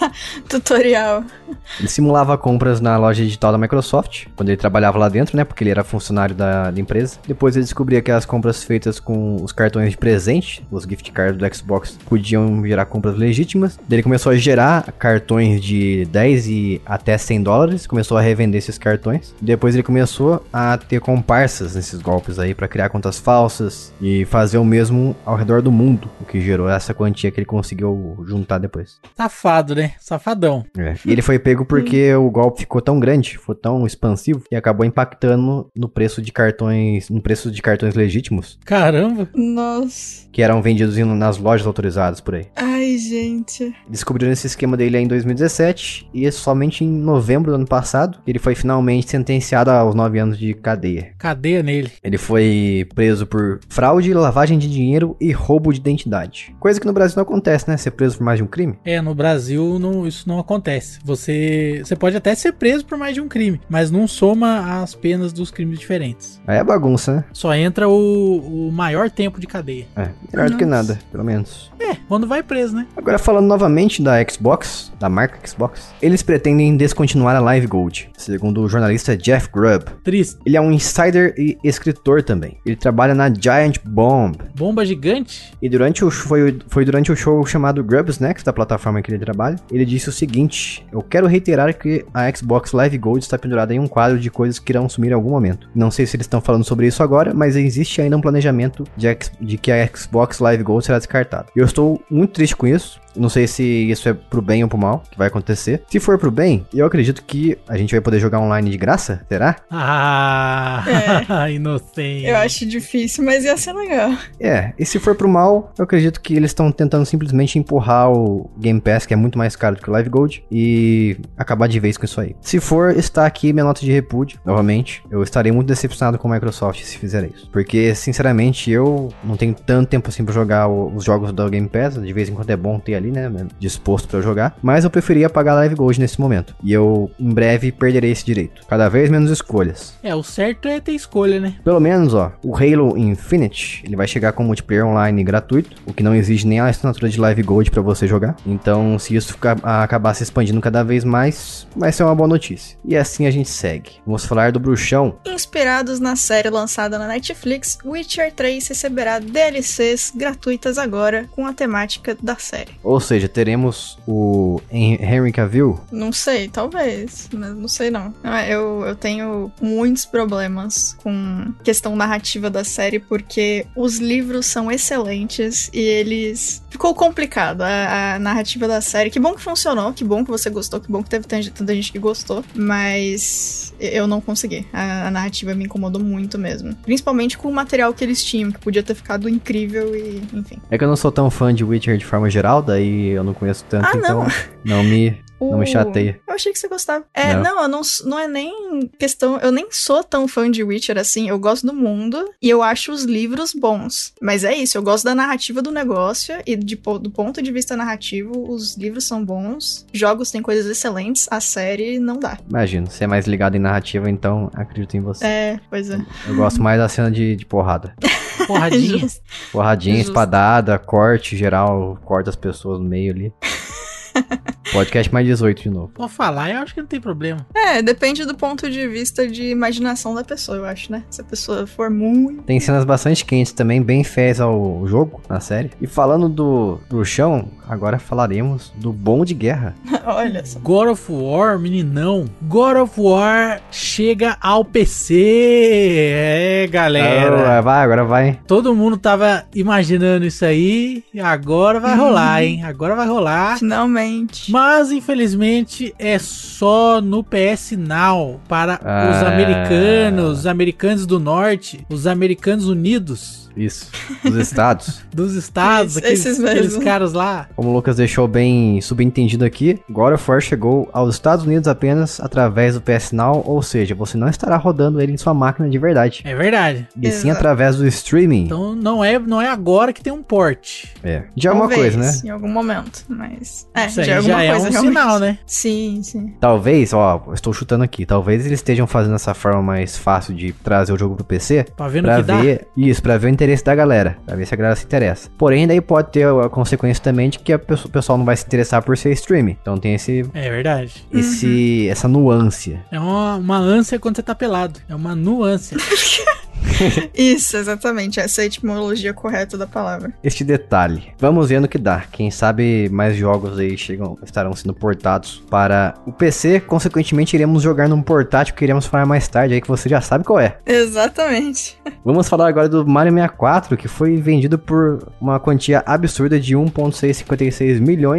Tutorial. Ele simulava compras na loja digital da Microsoft, quando ele trabalhava lá dentro, né? Porque ele era funcionário da empresa. Depois ele descobria que as compras feitas com os cartões de presente, os gift cards do Xbox, podiam gerar compras legítimas. Daí ele começou a gerar cartões de 10 e até $100, começou a revender esses cartões. Depois ele começou a ter comparsas nesses golpes aí, pra criar contas falsas e fazer o mesmo ao redor do mundo, o que gerou essa quantia que ele conseguiu juntar depois. Safado, né? Safadão. E ele foi pego porque o golpe ficou tão grande, foi tão expansivo, e acabou impactando no preço de cartões legítimos, Caramba. Nossa. que eram vendidos nas lojas autorizadas por aí. Ai, gente. Descobriram esse esquema dele aí em 2017, e somente em novembro do ano passado, ele foi finalmente sentenciado aos 9 anos de cadeia. Cadeia nele. Ele foi preso por fraude, lavagem de dinheiro e roubo de identidade. Coisa que no Brasil não acontece, né? Ser preso por mais de um crime. No Brasil isso não acontece. Você pode até ser preso por mais de um crime, mas não soma as penas dos crimes diferentes. Aí é bagunça, né? Só entra o maior tempo de cadeia. Melhor do que nada, pelo menos. Quando vai preso, né? Agora falando novamente da Xbox, da marca Xbox, eles pretendem descontinuar a Live Gold, segundo o jornalista Jeff Grubb. Triste. Ele é um insider e escritor também. Ele trabalha na Giant Bomb. Bomba gigante? E foi durante o show chamado Grubb's Next, da plataforma que ele trabalha, ele disse o seguinte: eu quero reiterar que a Xbox Live Gold está pendurada em um quadro de coisas que irão sumir em algum momento. Não sei se eles estão falando sobre isso agora, mas existe ainda um planejamento de que a Xbox Live Gold será descartada. Eu estou muito triste com isso. Não sei se isso é pro bem ou pro mal que vai acontecer. Se for pro bem, eu acredito que a gente vai poder jogar online de graça, será? Inocente. Eu acho difícil, mas ia ser legal. E se for pro mal, eu acredito que eles estão tentando simplesmente empurrar o Game Pass, que é muito mais caro do que o Live Gold, e acabar de vez com isso aí. Se for, está aqui minha nota de repúdio, novamente. Eu estarei muito decepcionado com a Microsoft se fizer isso. Porque, sinceramente, eu não tenho tanto tempo assim pra jogar os jogos do Game Pass. De vez em quando é bom ter ali, né, disposto pra eu jogar, mas eu preferia pagar a Live Gold nesse momento, e eu em breve perderei esse direito, cada vez menos escolhas. O certo é ter escolha, né? Pelo menos, o Halo Infinite, ele vai chegar com multiplayer online gratuito, o que não exige nem a assinatura de Live Gold pra você jogar, então se isso acabar se expandindo cada vez mais, vai ser uma boa notícia. E assim a gente segue. Vamos falar do Bruxão. Inspirados na série lançada na Netflix, Witcher 3 receberá DLCs gratuitas agora com a temática da série. Ou seja, teremos o Henry Cavill? Não sei, talvez. Mas não sei não. Eu tenho muitos problemas com questão narrativa da série, porque os livros são excelentes e eles... Ficou complicado a narrativa da série. Que bom que funcionou, que bom que você gostou, que bom que teve tanta gente que gostou, mas eu não consegui. A narrativa me incomodou muito mesmo. Principalmente com o material que eles tinham, que podia ter ficado incrível e enfim. É que eu não sou tão fã de Witcher de forma geral, daí eu não conheço tanto, então não me chateia. Eu achei que você gostava. Não é nem questão... Eu nem sou tão fã de Witcher assim. Eu gosto do mundo e eu acho os livros bons. Mas é isso, eu gosto da narrativa do negócio e do ponto de vista narrativo, os livros são bons. Jogos têm coisas excelentes. A série não dá. Imagino, você é mais ligado em narrativa, então acredito em você. Pois é. Eu gosto mais da cena de porrada. Porradinha. Porradinha, espadada, corte geral, corta as pessoas no meio ali. Podcast mais 18 de novo. Vou falar, eu acho que não tem problema. Depende do ponto de vista de imaginação da pessoa, eu acho, né? Se a pessoa for muito... Tem cenas bastante quentes também, bem fiéis ao jogo, na série. E falando do chão, agora falaremos do Bom de Guerra. Olha só. God of War, meninão. God of War chega ao PC. Galera. Agora vai. Todo mundo tava imaginando isso aí. E agora vai rolar, hein? Agora vai rolar. Finalmente. Mas, infelizmente, é só no PS Now para os americanos do norte, os americanos unidos. Isso, dos estados. Dos estados, aqueles caras lá. Como o Lucas deixou bem subentendido aqui, God of War chegou aos Estados Unidos apenas através do PS Now, ou seja, você não estará rodando ele em sua máquina de verdade. É verdade. E sim através do streaming. Então não é agora que tem um port. Já é uma coisa, né? Em algum momento, mas... Isso já é um sinal, né? Sim. Talvez, estou chutando aqui, talvez eles estejam fazendo essa forma mais fácil de trazer o jogo pro PC. Pra ver no que dá. Isso, pra ver interesse da galera, pra ver se a galera se interessa. Porém, daí pode ter a consequência também de que o pessoal não vai se interessar por ser streaming. Então tem É verdade. essa nuance. É uma ânsia quando você tá pelado. É uma nuance. Isso, exatamente. Essa é a etimologia correta da palavra. Este detalhe. Vamos vendo o que dá. Quem sabe mais jogos aí estarão sendo portados para o PC. Consequentemente, iremos jogar num portátil que iremos falar mais tarde aí, que você já sabe qual é. Exatamente. Vamos falar agora do Mario 64, que foi vendido por uma quantia absurda de 1,656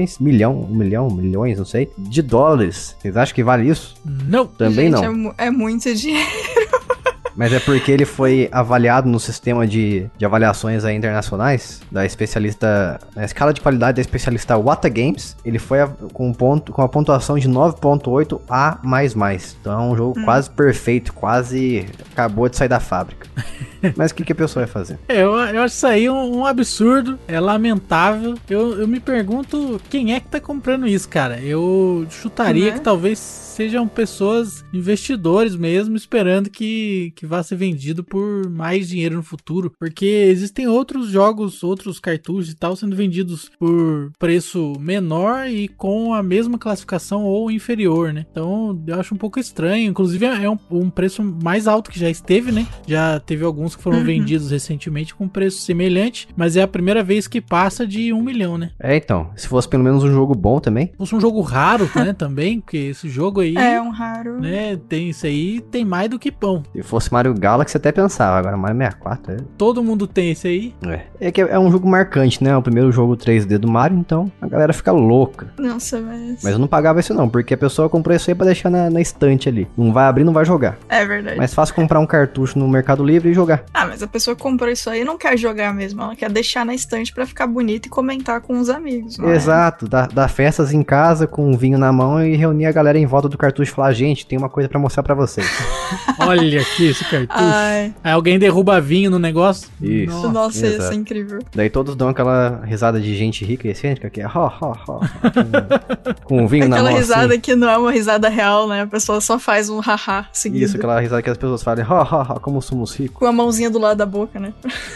milhões, não sei, de dólares. Vocês acham que vale isso? Não. Também Gente, não. É muito dinheiro. Mas é porque ele foi avaliado no sistema de avaliações aí internacionais da especialista, na escala de qualidade da especialista Wata Games. Ele foi com a pontuação de 9.8 A++. Então é um jogo quase perfeito, quase acabou de sair da fábrica. Mas o que a pessoa vai fazer? Eu acho isso aí um absurdo, é lamentável. Eu me pergunto quem é que tá comprando isso, cara. Eu chutaria que talvez sejam pessoas, investidores mesmo, esperando que vá ser vendido por mais dinheiro no futuro. Porque existem outros jogos, outros cartuchos e tal, sendo vendidos por preço menor e com a mesma classificação ou inferior, né? Então eu acho um pouco estranho. Inclusive é um preço mais alto que já esteve, né? Já teve alguns que foram vendidos recentemente com preço semelhante, mas é a primeira vez que passa de 1 milhão, né? É, então, se fosse pelo menos um jogo bom também. Se fosse um jogo raro, né, também, porque esse jogo aí... É um raro. Né, tem isso aí, tem mais do que pão. Se fosse Mario Galaxy, até pensava, agora Mario 64, Todo mundo tem esse aí. É que é um jogo marcante, né? É o primeiro jogo 3D do Mario, então a galera fica louca. Nossa, mas eu não pagava isso não, porque a pessoa comprou isso aí pra deixar na estante ali. Não vai abrir, não vai jogar. É verdade. Mais fácil comprar um cartucho no Mercado Livre e jogar. Ah, mas a pessoa comprou isso aí e não quer jogar mesmo. Ela quer deixar na estante pra ficar bonita e comentar com os amigos. Exato. Dar festas em casa com um vinho na mão e reunir a galera em volta do cartucho e falar, gente, tem uma coisa pra mostrar pra vocês. Olha aqui esse cartucho. Ai. Aí alguém derruba vinho no negócio. Isso. Nossa, isso é incrível. Daí todos dão aquela risada de gente rica e excêntrica, que é com um vinho na mão. Aquela risada assim. que não é uma risada real, né? A pessoa só faz um haha seguido. Isso, aquela risada que as pessoas falam, como somos ricos. Com a mãozinha do lado da boca, né?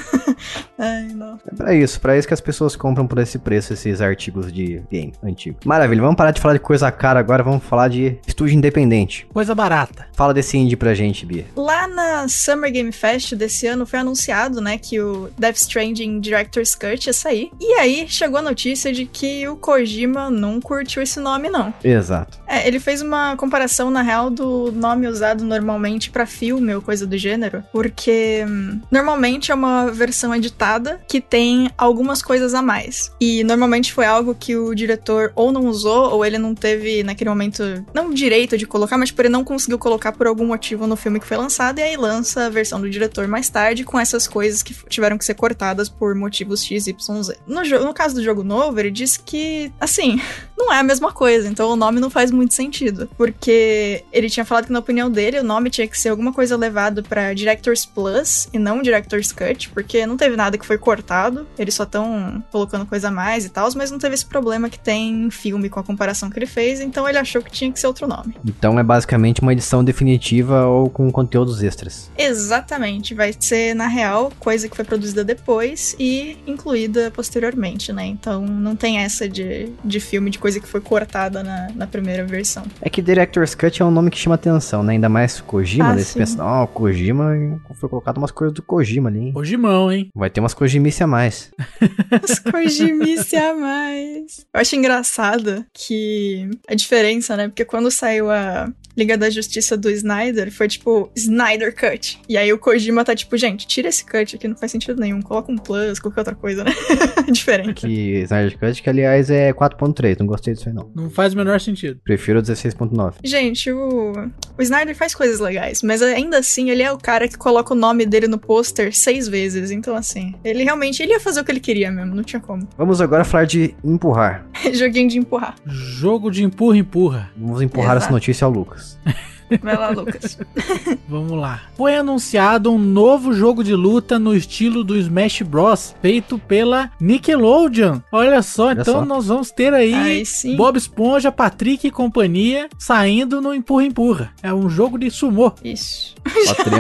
Ai, não. É pra isso que as pessoas compram por esse preço esses artigos de game antigo. Maravilha, vamos parar de falar de coisa cara agora, vamos falar de estúdio independente. Coisa barata. Fala desse indie pra gente, Bia. Lá na Summer Game Fest desse ano foi anunciado, né, que o Death Stranding Director's Cut ia sair. E aí chegou a notícia de que o Kojima não curtiu esse nome, não. Exato. Ele fez uma comparação, na real, do nome usado normalmente pra filme ou coisa do gênero, porque normalmente é uma versão editada que tem algumas coisas a mais. E normalmente foi algo que o diretor ou não usou, ou ele não teve naquele momento, não direito de colocar, mas ele não conseguiu colocar por algum motivo no filme que foi lançado, e aí lança a versão do diretor mais tarde com essas coisas que tiveram que ser cortadas por motivos X, Y, Z. No caso do jogo novo, ele disse que, assim, não é a mesma coisa, então o nome não faz muito sentido, porque ele tinha falado que, na opinião dele, o nome tinha que ser alguma coisa levado pra Director's Plus e não Director's Cut, porque não teve nada que foi cortado, eles só estão colocando coisa a mais e tal, mas não teve esse problema que tem em filme com a comparação que ele fez, então ele achou que tinha que ser outro nome. Então é basicamente uma edição definitiva ou com conteúdos extras. Exatamente, vai ser, na real, coisa que foi produzida depois e incluída posteriormente, né? Então não tem essa de filme, de coisa que foi cortada na primeira versão. É que Director's Cut é um nome que chama atenção, né? Ainda mais Kojima, daí você pensa, Kojima, foi colocado umas coisas do Kojima ali, hein? Kojimão, hein? Vai ter umas Kojimice a mais. As Kojimice a mais. Eu acho engraçado que a diferença, né? Porque quando saiu a Liga da Justiça do Snyder, foi tipo Snyder Cut. E aí o Kojima tá tipo, gente, tira esse cut aqui, não faz sentido nenhum. Coloca um plus, qualquer outra coisa, né? Diferente. Que Snyder Cut, que aliás é 4.3, não gostei disso aí não. Não faz o menor sentido. Prefiro o 16.9. Gente, o Snyder faz coisas legais, mas ainda assim ele é o cara que coloca o nome dele no pôster 6 vezes. Então assim, ele ia fazer o que ele queria mesmo, não tinha como. Vamos agora falar de empurrar. Joguinho de empurrar. Jogo de empurra. Vamos empurrar essa notícia ao Lucas. Vai lá, Lucas. Vamos lá. Foi anunciado um novo jogo de luta no estilo do Smash Bros, feito pela Nickelodeon. Olha só, então nós vamos ter aí Bob Esponja, Patrick e companhia saindo no empurra-empurra. É um jogo de sumô. Isso. Ó,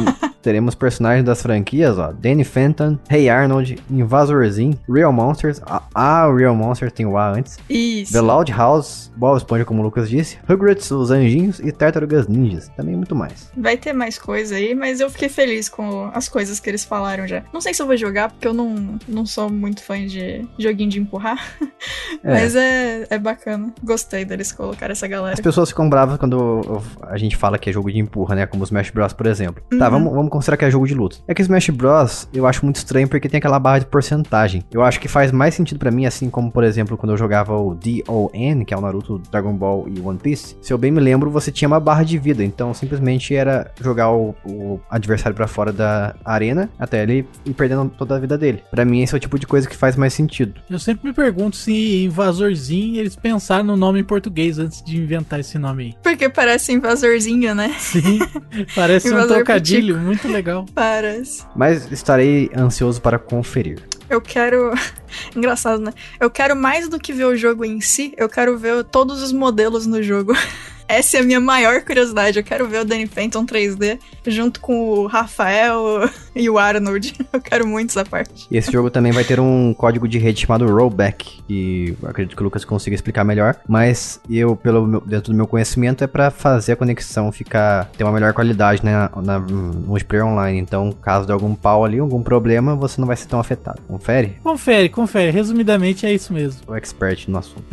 teremos personagens das franquias, ó, Danny Phantom, Hey Arnold, Invasor Zim, Real Monsters, o Real Monsters tem o A antes, Isso. The Loud House, Bob Esponja, como o Lucas disse, Rugrats, Os Anjinhos e Tartarugas Ninjas, também muito mais. Vai ter mais coisa aí, mas eu fiquei feliz com as coisas que eles falaram já. Não sei se eu vou jogar, porque eu não sou muito fã de joguinho de empurrar, mas é bacana. Gostei deles colocar essa galera. As pessoas ficam bravas quando a gente fala que é jogo de empurra, né, como o Smash Bros, por exemplo. Tá, vamos considerar que é jogo de luta. É que Smash Bros, eu acho muito estranho porque tem aquela barra de porcentagem. Eu acho que faz mais sentido pra mim, assim como, por exemplo, quando eu jogava o DON, que é o Naruto, Dragon Ball e One Piece. Se eu bem me lembro, você tinha uma barra de vida, então simplesmente era jogar o adversário pra fora da arena até ele ir perdendo toda a vida dele. Pra mim, esse é o tipo de coisa que faz mais sentido. Eu sempre me pergunto se Invasorzinho eles pensaram no nome em português antes de inventar esse nome aí. Porque parece invasorzinho, né? Sim, parece um trocadilho, muito legal. Parece. Mas estarei ansioso para conferir. Eu quero... Engraçado, né? Eu quero mais do que ver o jogo em si, eu quero ver todos os modelos no jogo. Essa é a minha maior curiosidade. Eu quero ver o Danny Phantom 3D junto com o Rafael e o Arnold. Eu quero muito essa parte. E esse jogo também vai ter um código de rede chamado Rollback, que eu acredito que o Lucas consiga explicar melhor, mas dentro do meu conhecimento, é pra fazer a conexão ter uma melhor qualidade, né, no multiplayer online. Então, caso de algum pau ali, algum problema, você não vai ser tão afetado. Confere? Confere. Resumidamente é isso mesmo. O expert no assunto.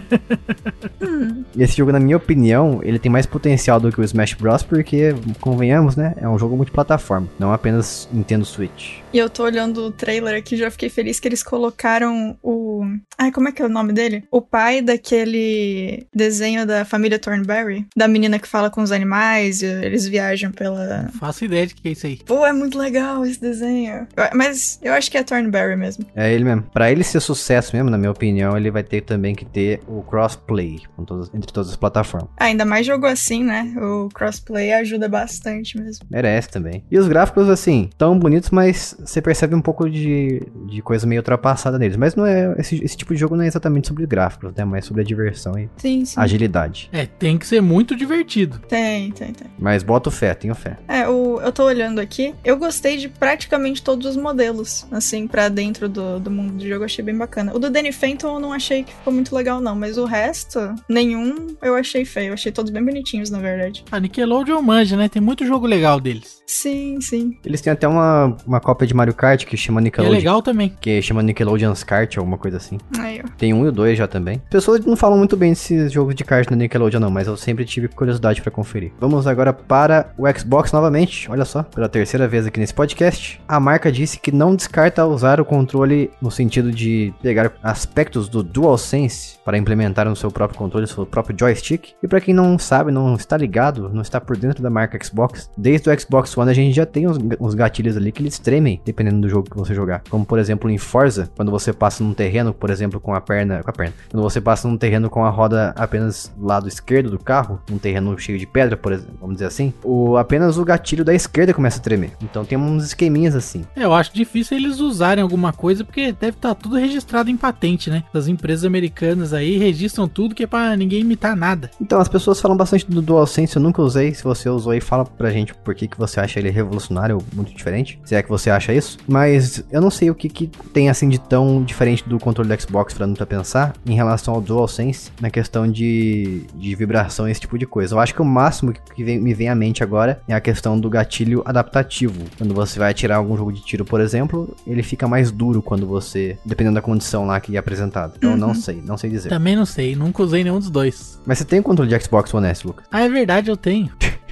E esse jogo, na minha opinião, ele tem mais potencial do que o Smash Bros, porque, convenhamos, né, é um jogo multiplataforma, não apenas Nintendo Switch. E eu tô olhando o trailer aqui e já fiquei feliz que eles colocaram o... Ai, como é que é o nome dele? O pai daquele desenho da família Thornberry, da menina que fala com os animais, e eles viajam pela... Não faço ideia de que é isso aí. Pô, é muito legal esse desenho. Mas eu acho que é Thornberry mesmo. É ele mesmo. Pra ele ser sucesso mesmo, na minha opinião, ele vai ter também que ter o crossplay entre todas as plataformas. Ainda mais jogo assim, né? O crossplay ajuda bastante mesmo. Merece também. E os gráficos, assim, tão bonitos, mas você percebe um pouco de coisa meio ultrapassada neles. Mas não é esse tipo de jogo não é exatamente sobre gráficos, né? Mas sobre a diversão e sim. agilidade. Tem que ser muito divertido. Tem. Mas boto fé, tenho fé. Eu tô olhando aqui. Eu gostei de praticamente todos os modelos, assim, pra dentro do mundo do jogo. Achei bem bacana. O do Danny Phantom eu não achei que ficou muito legal, não. Mas o resto, nenhum eu achei feio. Eu achei todos bem bonitinhos, na verdade. A Nickelodeon manja, né? Tem muito jogo legal deles. Sim. Eles têm até uma cópia de Mario Kart que chama Nickelodeon. É legal também. Que chama Nickelodeon's Kart, alguma coisa assim. Aí, ó. Tem 1 e o 2 já também. As pessoas não falam muito bem desses jogos de kart da Nickelodeon não, mas eu sempre tive curiosidade pra conferir. Vamos agora para o Xbox novamente. Olha só, pela terceira vez aqui nesse podcast. A marca disse que não descarta usar o controle no sentido de pegar aspectos do DualSense para implementar no seu próprio controle, seu próprio joystick. E pra quem não sabe, não está ligado, não está por dentro da marca Xbox, desde o Xbox One a gente já tem uns gatilhos ali que eles tremem, dependendo do jogo que você jogar. Como, por exemplo, em Forza, quando você passa num terreno, por exemplo, com a perna. Quando você passa num terreno com a roda apenas do lado esquerdo do carro, um terreno cheio de pedra, por exemplo, vamos dizer assim, apenas o gatilho da esquerda começa a tremer. Então tem uns esqueminhas assim. Eu acho difícil eles usarem alguma coisa, porque deve estar tudo registrado em patente, né? As empresas americanas aí registram tudo que é pra ninguém imitar nada. Então, as pessoas falam bastante do DualSense, eu nunca usei. Se você usou aí, fala pra gente por que você acha ele revolucionário, muito diferente. Se é que você acha isso. Mas eu não sei o que tem assim de tão diferente do controle do Xbox, pra pensar, em relação ao DualSense, na questão de vibração e esse tipo de coisa. Eu acho que o máximo que me vem à mente agora é a questão do gatilho adaptativo. Quando você vai atirar algum jogo de tiro, por exemplo, ele fica mais duro quando você, dependendo da condição lá que é apresentada. Então não sei dizer. Também não sei, nunca usei nenhum dos dois. Mas você tem o controle de Xbox One S, Lucas? Ah, é verdade, eu tenho.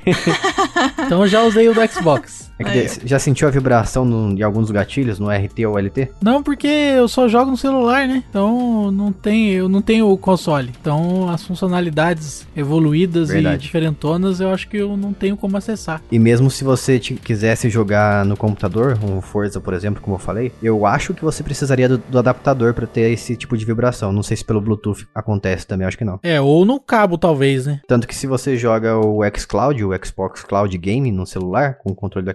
Então eu já usei o do Xbox. Já sentiu a vibração de alguns gatilhos, no RT ou LT? Não, porque eu só jogo no celular, né? Então eu não tenho o console. Então as funcionalidades evoluídas e diferentonas eu acho que eu não tenho como acessar. E mesmo se você quisesse jogar no computador, um Forza, por exemplo, como eu falei, eu acho que você precisaria do adaptador para ter esse tipo de vibração. Não sei se pelo Bluetooth acontece também, acho que não. Ou no cabo talvez, né? Tanto que se você joga o xCloud, o Xbox Cloud Game no celular, com o controle do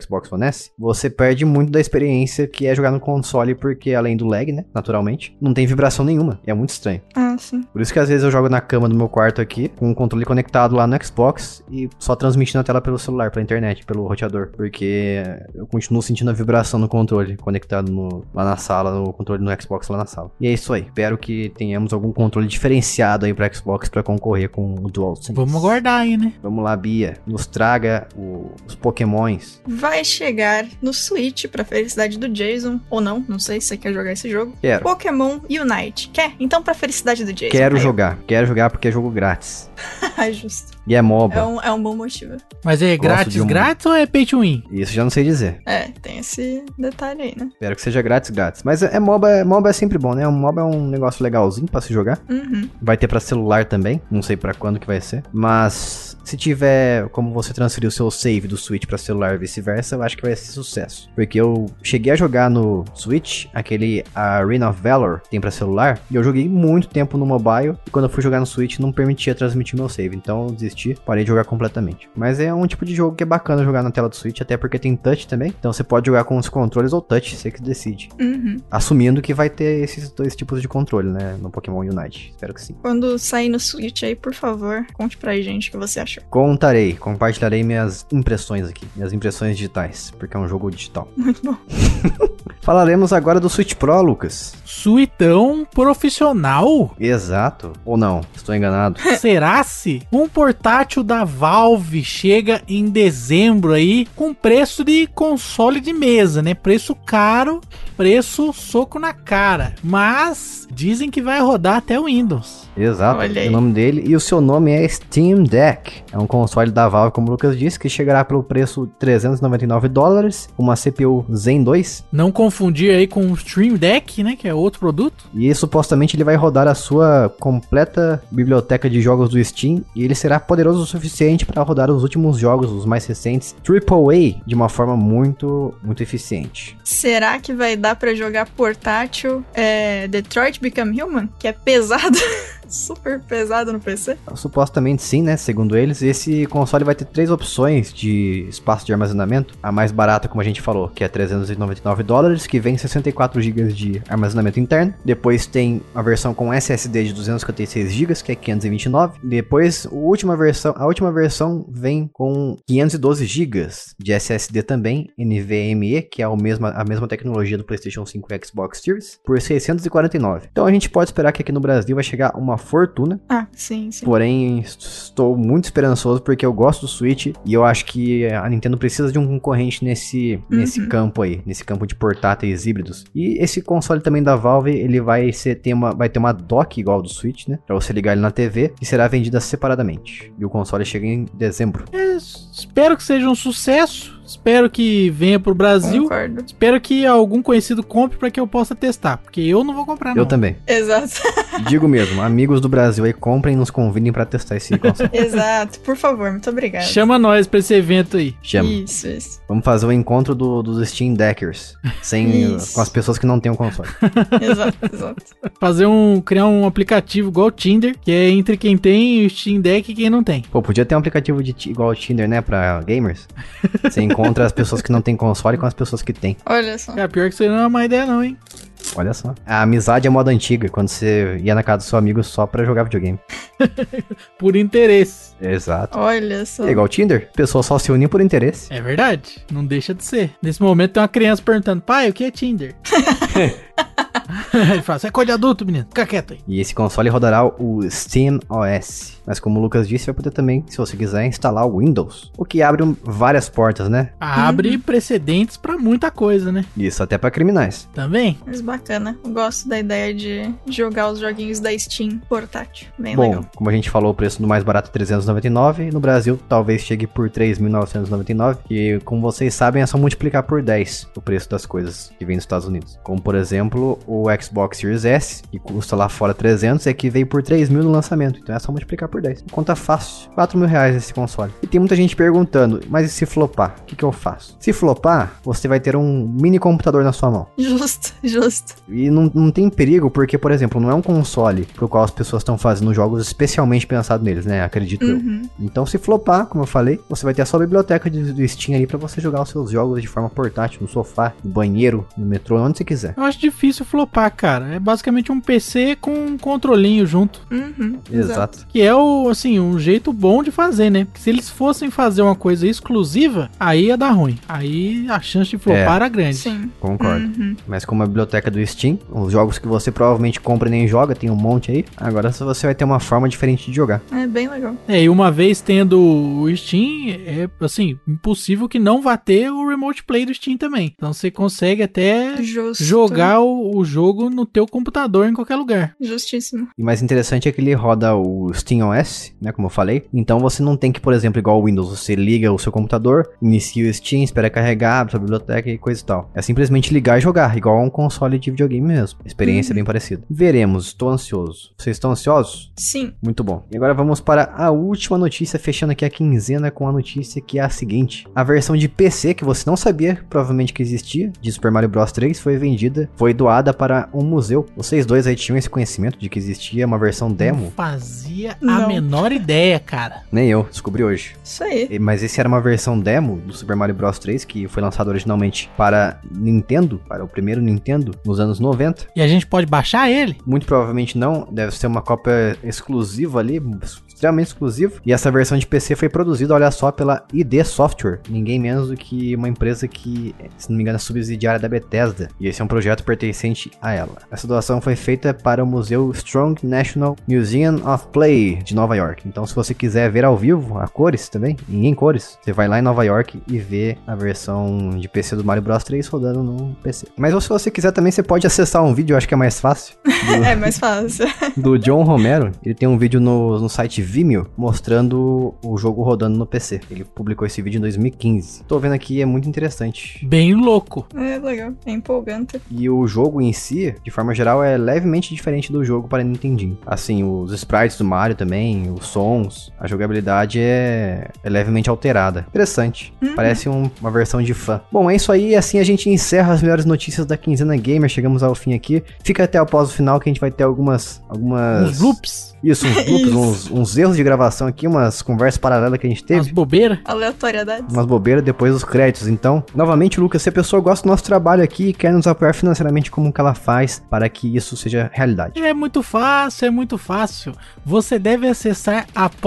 Xbox One S, você perde muito da experiência que é jogar no console, porque além do lag, né, naturalmente, não tem vibração nenhuma. E é muito estranho. Ah, sim. Por isso que às vezes eu jogo na cama do meu quarto aqui, com o controle conectado lá no Xbox e só transmitindo a tela pelo celular, pela internet, pelo roteador. Porque eu continuo sentindo a vibração no controle conectado lá na sala, no controle no Xbox lá na sala. E é isso aí. Espero que tenhamos algum controle diferenciado aí pra Xbox pra concorrer com o DualSense. Vamos aguardar aí, né? Vamos lá, Bia. Nos traga os Pokémons. Vai chegar no Switch, pra felicidade do Jason. Ou não sei se você quer jogar esse jogo. Quero. Pokémon Unite. Quer? Então pra felicidade do Jason. Quero jogar porque é jogo grátis. Justo. E é MOBA. É um bom motivo. Mas é Gosto de grátis ou é pay to win? Isso já não sei dizer. Tem esse detalhe aí, né? Espero que seja grátis. Mas MOBA é sempre bom, né? MOBA é um negócio legalzinho pra se jogar. Uhum. Vai ter pra celular também. Não sei pra quando que vai ser. Mas se tiver como você transferir o seu save do Switch pra celular e vice-versa, eu acho que vai ser sucesso. Porque eu cheguei a jogar no Switch aquele Arena of Valor que tem pra celular. E eu joguei muito tempo no mobile. E quando eu fui jogar no Switch não permitia transmitir meu save. Então eu desisti, parei de jogar completamente. Mas é um tipo de jogo que é bacana jogar na tela do Switch. Até porque tem touch também. Então você pode jogar com os controles ou touch, você que decide. Uhum. Assumindo que vai ter esses dois tipos de controle, né? No Pokémon Unite. Espero que sim. Quando sair no Switch aí, por favor, conte pra gente o que você achou. Compartilharei minhas impressões aqui. Minhas impressões digitais. Porque é um jogo digital. Muito bom. Falaremos agora do Switch Pro, Lucas. Suitão profissional? Exato. Ou não? Estou enganado. Será-se? Um portátil da Valve chega em dezembro aí com preço de console de mesa, né? Preço caro, preço soco na cara. Mas dizem que vai rodar até o Windows. Exato, Olha aí. o nome dele. E o seu nome é Steam Deck. É um console da Valve, como o Lucas disse, que chegará pelo preço de $399, uma CPU Zen 2. Não confundir aí com o Stream Deck, né? Que é outro produto. E supostamente ele vai rodar a sua completa biblioteca de jogos do Steam. E ele será poderoso o suficiente para rodar os últimos jogos, os mais recentes, AAA, de uma forma muito, muito eficiente. Será que vai dar pra jogar portátil Detroit Become Human? Que é pesado. Super pesado no PC? Supostamente sim, né? Segundo eles, esse console vai ter 3 opções de espaço de armazenamento. A mais barata, como a gente falou, que é $399, que vem 64 GB de armazenamento interno. Depois tem a versão com SSD de 256 GB, que é 529. Depois, a última versão vem com 512 GB de SSD também, NVMe, que é a mesma tecnologia do PlayStation 5 e Xbox Series, por 649. Então a gente pode esperar que aqui no Brasil vai chegar uma fortuna. Ah, sim. Porém, estou muito esperançoso porque eu gosto do Switch e eu acho que a Nintendo precisa de um concorrente nesse campo aí, nesse campo de portáteis híbridos. E esse console também da Valve, ele vai ter uma dock igual ao do Switch, né? Pra você ligar ele na TV e será vendida separadamente. E o console chega em dezembro. Espero que seja um sucesso. Espero que venha pro Brasil. Concordo. Espero que algum conhecido compre pra que eu possa testar. Porque eu não vou comprar, não. Eu também. Exato. Digo mesmo, amigos do Brasil aí, comprem e nos convidem pra testar esse console. Exato. Por favor, muito obrigada. Chama nós pra esse evento aí. Chama. Isso. Vamos fazer o encontro dos Steam Deckers. Com as pessoas que não têm o console. Exato. Criar um aplicativo igual o Tinder, que é entre quem tem o Steam Deck e quem não tem. Pô, podia ter um aplicativo igual ao Tinder, né? Pra gamers. Você encontra as pessoas que não têm console com as pessoas que têm. Olha só. Cara, pior que isso aí não é uma má ideia não, hein? Olha só. A amizade é moda antiga, quando você ia na casa do seu amigo só pra jogar videogame. Por interesse. Exato. Olha só. É igual o Tinder, pessoas só se unem por interesse. É verdade, não deixa de ser. Nesse momento tem uma criança perguntando, pai, o que é Tinder? Ele fala, você é coisa de adulto, menino, fica quieto aí. E esse console rodará o Steam OS. Mas como o Lucas disse, vai poder também, se você quiser, instalar o Windows. O que abre várias portas, né? Abre precedentes pra muita coisa, né? Isso, até pra criminais. Também. Mas bacana. Eu gosto da ideia de jogar os joguinhos da Steam portátil. Bem Bom, legal. como a gente falou, o preço do mais barato é R$399. E no Brasil, talvez chegue por R$3.999. E como vocês sabem, é só multiplicar por 10 o preço das coisas que vem dos Estados Unidos. Como, por exemplo, o Xbox Series S, que custa lá fora 300, é que veio por 3 mil no lançamento. Então é só multiplicar por 10. Conta fácil. 4 mil reais esse console. E tem muita gente perguntando, mas e se flopar? O que eu faço? Se flopar, você vai ter um mini computador na sua mão. Justo. E não tem perigo, porque, por exemplo, não é um console pro qual as pessoas estão fazendo jogos especialmente pensados neles, né? Acredito eu. Então, se flopar, como eu falei, você vai ter a sua biblioteca do Steam ali pra você jogar os seus jogos de forma portátil, no sofá, no banheiro, no metrô, onde você quiser. Eu acho difícil flopar, cara. É basicamente um PC com um controlinho junto. Exato. Que é um jeito bom de fazer, né? Porque se eles fossem fazer uma coisa exclusiva, aí ia dar ruim. Aí a chance de flopar era grande. Sim. Concordo. Mas como a biblioteca do Steam, os jogos que você provavelmente compra e nem joga, tem um monte aí, agora você vai ter uma forma diferente de jogar. É bem legal. E uma vez tendo o Steam, é impossível que não vá ter o Remote Play do Steam também. Então você consegue até jogar o jogo no teu computador em qualquer lugar. Justíssimo. E mais interessante é que ele roda o SteamOS, né, como eu falei. Então você não tem que, por exemplo, igual o Windows, você liga o seu computador, inicia o Steam, espera carregar, abre sua biblioteca e coisa e tal. É simplesmente ligar e jogar, igual a um console de videogame mesmo. A experiência é bem parecida. Veremos, estou ansioso. Vocês estão ansiosos? Sim. Muito bom. E agora vamos para a última notícia, fechando aqui a quinzena com a notícia que é a seguinte. A versão de PC, que você não sabia, provavelmente que existia, de Super Mario Bros 3, foi doada para um museu. Vocês dois aí tinham esse conhecimento de que existia uma versão demo? Não fazia a menor ideia, cara. Nem eu, descobri hoje. Isso aí. Mas esse era uma versão demo do Super Mario Bros 3, que foi lançado originalmente para Nintendo, para o primeiro Nintendo, nos anos 90. E a gente pode baixar ele? Muito provavelmente não, deve ser uma cópia exclusiva ali, extremamente exclusivo. E essa versão de PC foi produzida, olha só, pela ID Software. Ninguém menos do que uma empresa que, se não me engano, é subsidiária da Bethesda. E esse é um projeto pertencente a ela. Essa doação foi feita para o Museu Strong National Museum of Play de Nova York. Então, se você quiser ver ao vivo, a cores também, e em cores, você vai lá em Nova York e vê a versão de PC do Mario Bros 3 rodando no PC. Mas se você quiser também, você pode acessar um vídeo, eu acho que é mais fácil. É mais fácil. Do John Romero. Ele tem um vídeo no site Vimeo mostrando o jogo rodando no PC. Ele publicou esse vídeo em 2015. Tô vendo aqui, é muito interessante. Bem louco. É legal, é empolgante. E o jogo em si, de forma geral, é levemente diferente do jogo para Nintendinho. Assim, os sprites do Mario também, os sons, a jogabilidade é levemente alterada. Interessante. Parece uma versão de fã. Bom, é isso aí. Assim a gente encerra as melhores notícias da Quinzena Gamer. Chegamos ao fim aqui. Fica até após o final que a gente vai ter algumas... Uns loops. Isso, uns loops, uns erros de gravação aqui, umas conversas paralelas que a gente teve. Umas bobeiras. Aleatoriedades. Umas bobeiras depois dos créditos. Então, novamente, Lucas, se a pessoa gosta do nosso trabalho aqui e quer nos apoiar financeiramente, como que ela faz para que isso seja realidade? É muito fácil. Você deve acessar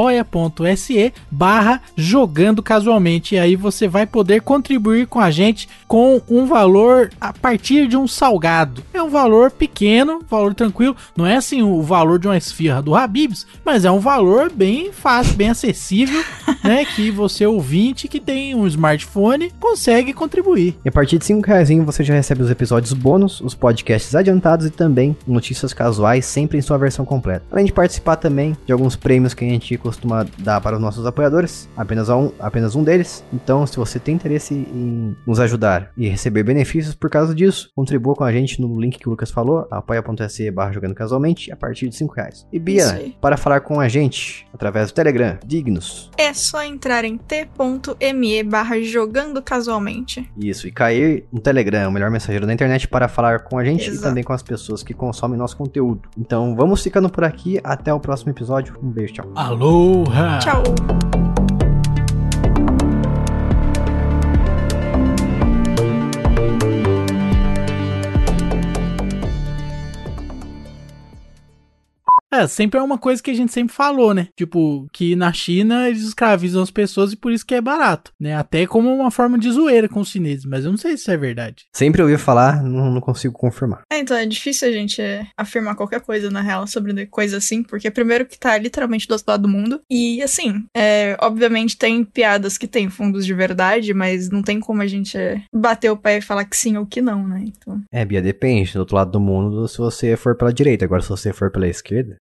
apoia.se/jogando casualmente. E aí você vai poder contribuir com a gente com um valor a partir de um salgado. É um valor pequeno, valor tranquilo. Não é assim o valor de uma esfirra do Habib's, mas é um valor bem fácil, bem acessível, né? Que você, ouvinte, que tem um smartphone, consegue contribuir. E a partir de R$5 você já recebe os episódios bônus, os podcasts adiantados e também notícias casuais, sempre em sua versão completa. Além de participar também de alguns prêmios que a gente costuma dar para os nossos apoiadores, apenas um deles. Então, se você tem interesse em nos ajudar e receber benefícios por causa disso, contribua com a gente no link que o Lucas falou, apoia.se/jogando casualmente, a partir de R$5. E Bia, para falar com a gente através do Telegram, digne-nos. É só entrar em t.me/jogando casualmente. Isso, e cair no Telegram, o melhor mensageiro da internet, para falar com a gente. Exato. E também com as pessoas que consomem nosso conteúdo. Então vamos ficando por aqui, até o próximo episódio. Um beijo, tchau. Aloha! Tchau! Sempre é uma coisa que a gente sempre falou, né? Tipo, que na China eles escravizam as pessoas e por isso que é barato, né? Até como uma forma de zoeira com os chineses, mas eu não sei se isso é verdade. Sempre ouvi falar, não consigo confirmar. Então é difícil a gente afirmar qualquer coisa, na real, sobre coisa assim, porque primeiro que tá literalmente do outro lado do mundo, e assim, obviamente tem piadas que tem fundos de verdade, mas não tem como a gente bater o pé e falar que sim ou que não, né? Então... Bia, depende, do outro lado do mundo, se você for pela direita. Agora, se você for pela esquerda,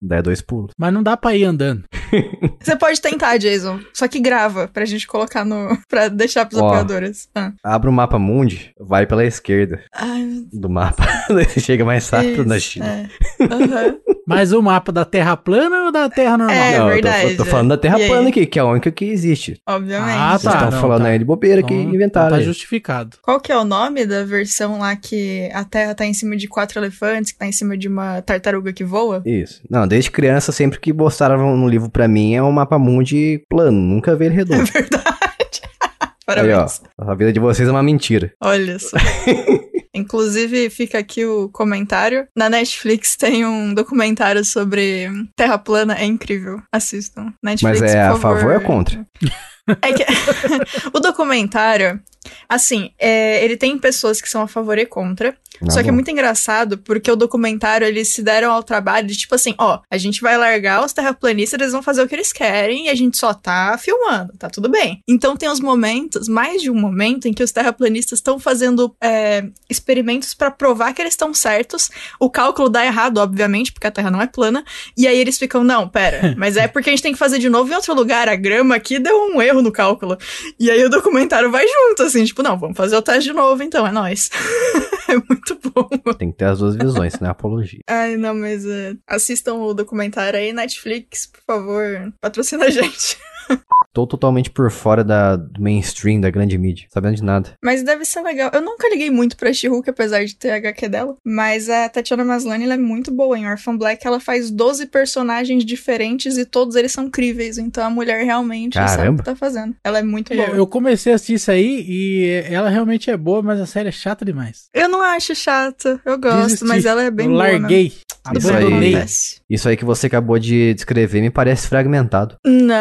Dá 2 pulos. Mas não dá pra ir andando. Você pode tentar, Jason. Só que grava pra gente colocar no... pra deixar pros apoiadores. Abre o mapa mundi, vai pela esquerda do mapa. Daí você chega mais rápido na China. Mas o mapa da Terra plana ou da Terra normal? É verdade. Eu tô falando da Terra plana aqui, que é a única que existe. Obviamente. Vocês estão falando aí de bobeira que inventaram. Tá justificado. Qual que é o nome da versão lá que a Terra tá em cima de 4 elefantes, que tá em cima de uma tartaruga que voa? Isso. Não, desde criança, sempre que mostraram no livro pra mim, é um mapa mundi plano. Nunca vi ele redondo. É verdade. Parabéns. Aí, ó. A vida de vocês é uma mentira. Olha só. Inclusive, fica aqui o comentário. Na Netflix tem um documentário sobre Terra plana, é incrível. Assistam. Netflix, mas é por a favor ou contra? É que o documentário, assim, ele tem pessoas que são a favor e contra. Só que é muito engraçado, porque o documentário, eles se deram ao trabalho de, tipo assim, a gente vai largar os terraplanistas, eles vão fazer o que eles querem, e a gente só tá filmando, tá tudo bem. Então tem os momentos, mais de um momento, em que os terraplanistas estão fazendo experimentos pra provar que eles estão certos. O cálculo dá errado, obviamente, porque a Terra não é plana, e aí eles ficam, não, pera, mas é porque a gente tem que fazer de novo em outro lugar, a grama aqui deu um erro no cálculo. E aí o documentário vai junto, assim, tipo, não, vamos fazer o teste de novo, então, é nóis. É muito bom. Tem que ter as duas visões, né? Apologia. Ai, não, mas assistam o documentário aí, Netflix, por favor, patrocina a gente. Tô totalmente por fora do mainstream, da grande mídia, sabendo de nada. Mas deve ser legal. Eu nunca liguei muito pra She-Hulk, apesar de ter a HQ dela. Mas a Tatiana Maslany, ela é muito boa. Em Orphan Black, ela faz 12 personagens diferentes e todos eles são críveis. Então a mulher realmente sabe o que tá fazendo. Ela é muito boa. Eu comecei a assistir isso aí e ela realmente é boa, mas a série é chata demais. Eu não acho chata. Eu gosto, mas ela é bem boa. Larguei. Isso aí que você acabou de descrever me parece fragmentado.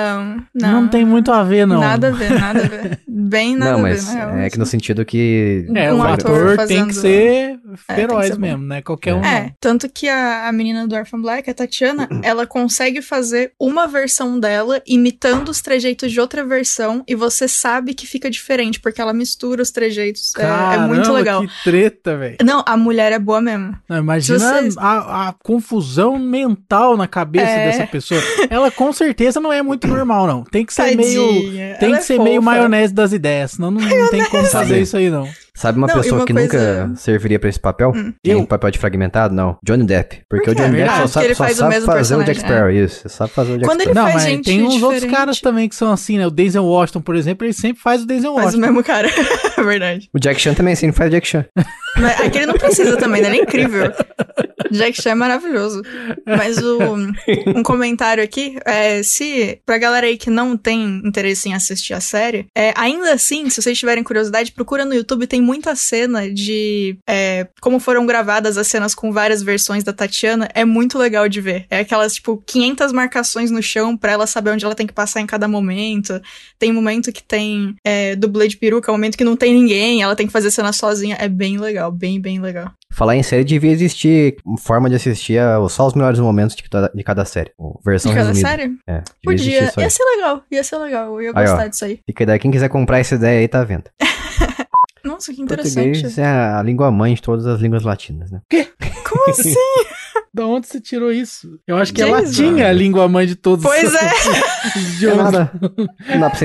Não tem muito a ver, não. Nada a ver. Bem nada a ver, não, mas é que no sentido que... o ator tem que ser feroz mesmo, né? Qualquer um. Tanto que a menina do Orphan Black, a Tatiana, ela consegue fazer uma versão dela imitando os trejeitos de outra versão e você sabe que fica diferente, porque ela mistura os trejeitos. Caramba, é muito legal. Que treta, velho. Não, a mulher é boa mesmo. Não, imagina a confusão mental na cabeça dessa pessoa. Ela com certeza não é muito normal, não. Tem que ser meio maionese das ideias, senão não tem como fazer isso aí, não. Sabe uma pessoa que nunca serviria pra esse papel? Um papel de fragmentado? Não. Johnny Depp. Porque o Johnny Depp só sabe fazer o Jack Sparrow. Isso, sabe fazer o Jack Sparrow. Não, mas tem uns outros caras também que são assim, né? O Denzel Washington, por exemplo, ele sempre faz o Denzel Washington. Faz o mesmo cara, é verdade. O Jack Chan também sempre faz o Jack Chan. Mas aquele não precisa também, né? Ele é incrível. Jack Chan é maravilhoso. Mas um comentário aqui, pra galera aí que não tem interesse em assistir a série, ainda assim, se vocês tiverem curiosidade, procura no YouTube, tem muita cena de como foram gravadas as cenas com várias versões da Tatiana, é muito legal de ver. É aquelas, 500 marcações no chão pra ela saber onde ela tem que passar em cada momento. Tem momento que tem dublê de peruca, momento que não tem ninguém, ela tem que fazer cena sozinha. É bem legal, bem, bem legal. Falar em série, devia existir uma forma de assistir só os melhores momentos de cada série. Versão resumida. De cada série? Podia. Ia ser legal. Eu ia gostar disso aí. Fica daí, quem quiser comprar essa ideia aí, tá vendo. Nossa, que interessante. Português é a língua mãe de todas as línguas latinas, né? Quê? Como assim? Da onde você tirou isso? Eu acho que é latim a língua mãe de todos os idiomas. É nada. Não dá pra você,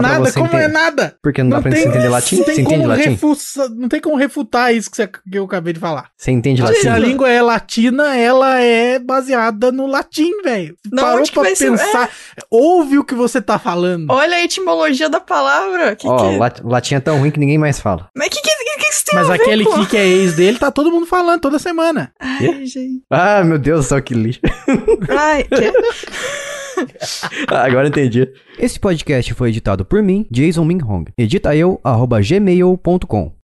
é nada? Porque não dá pra você entender latim? Você entende latim? Não tem como refutar isso que eu acabei de falar. Você entende latim? Se a língua é latina, ela é baseada no latim, velho. Parou pra pensar. Ouve o que você tá falando. Olha a etimologia da palavra. Latim é tão ruim que ninguém mais fala. Mas que isso tem Mas a ver, aquele que é ex dele, tá todo mundo falando toda semana. Ai, gente. Ah, meu Deus do céu, que lixo. Ai, que... Agora entendi. Esse podcast foi editado por mim, Jason Minhong. Edita eu, @gmail.com.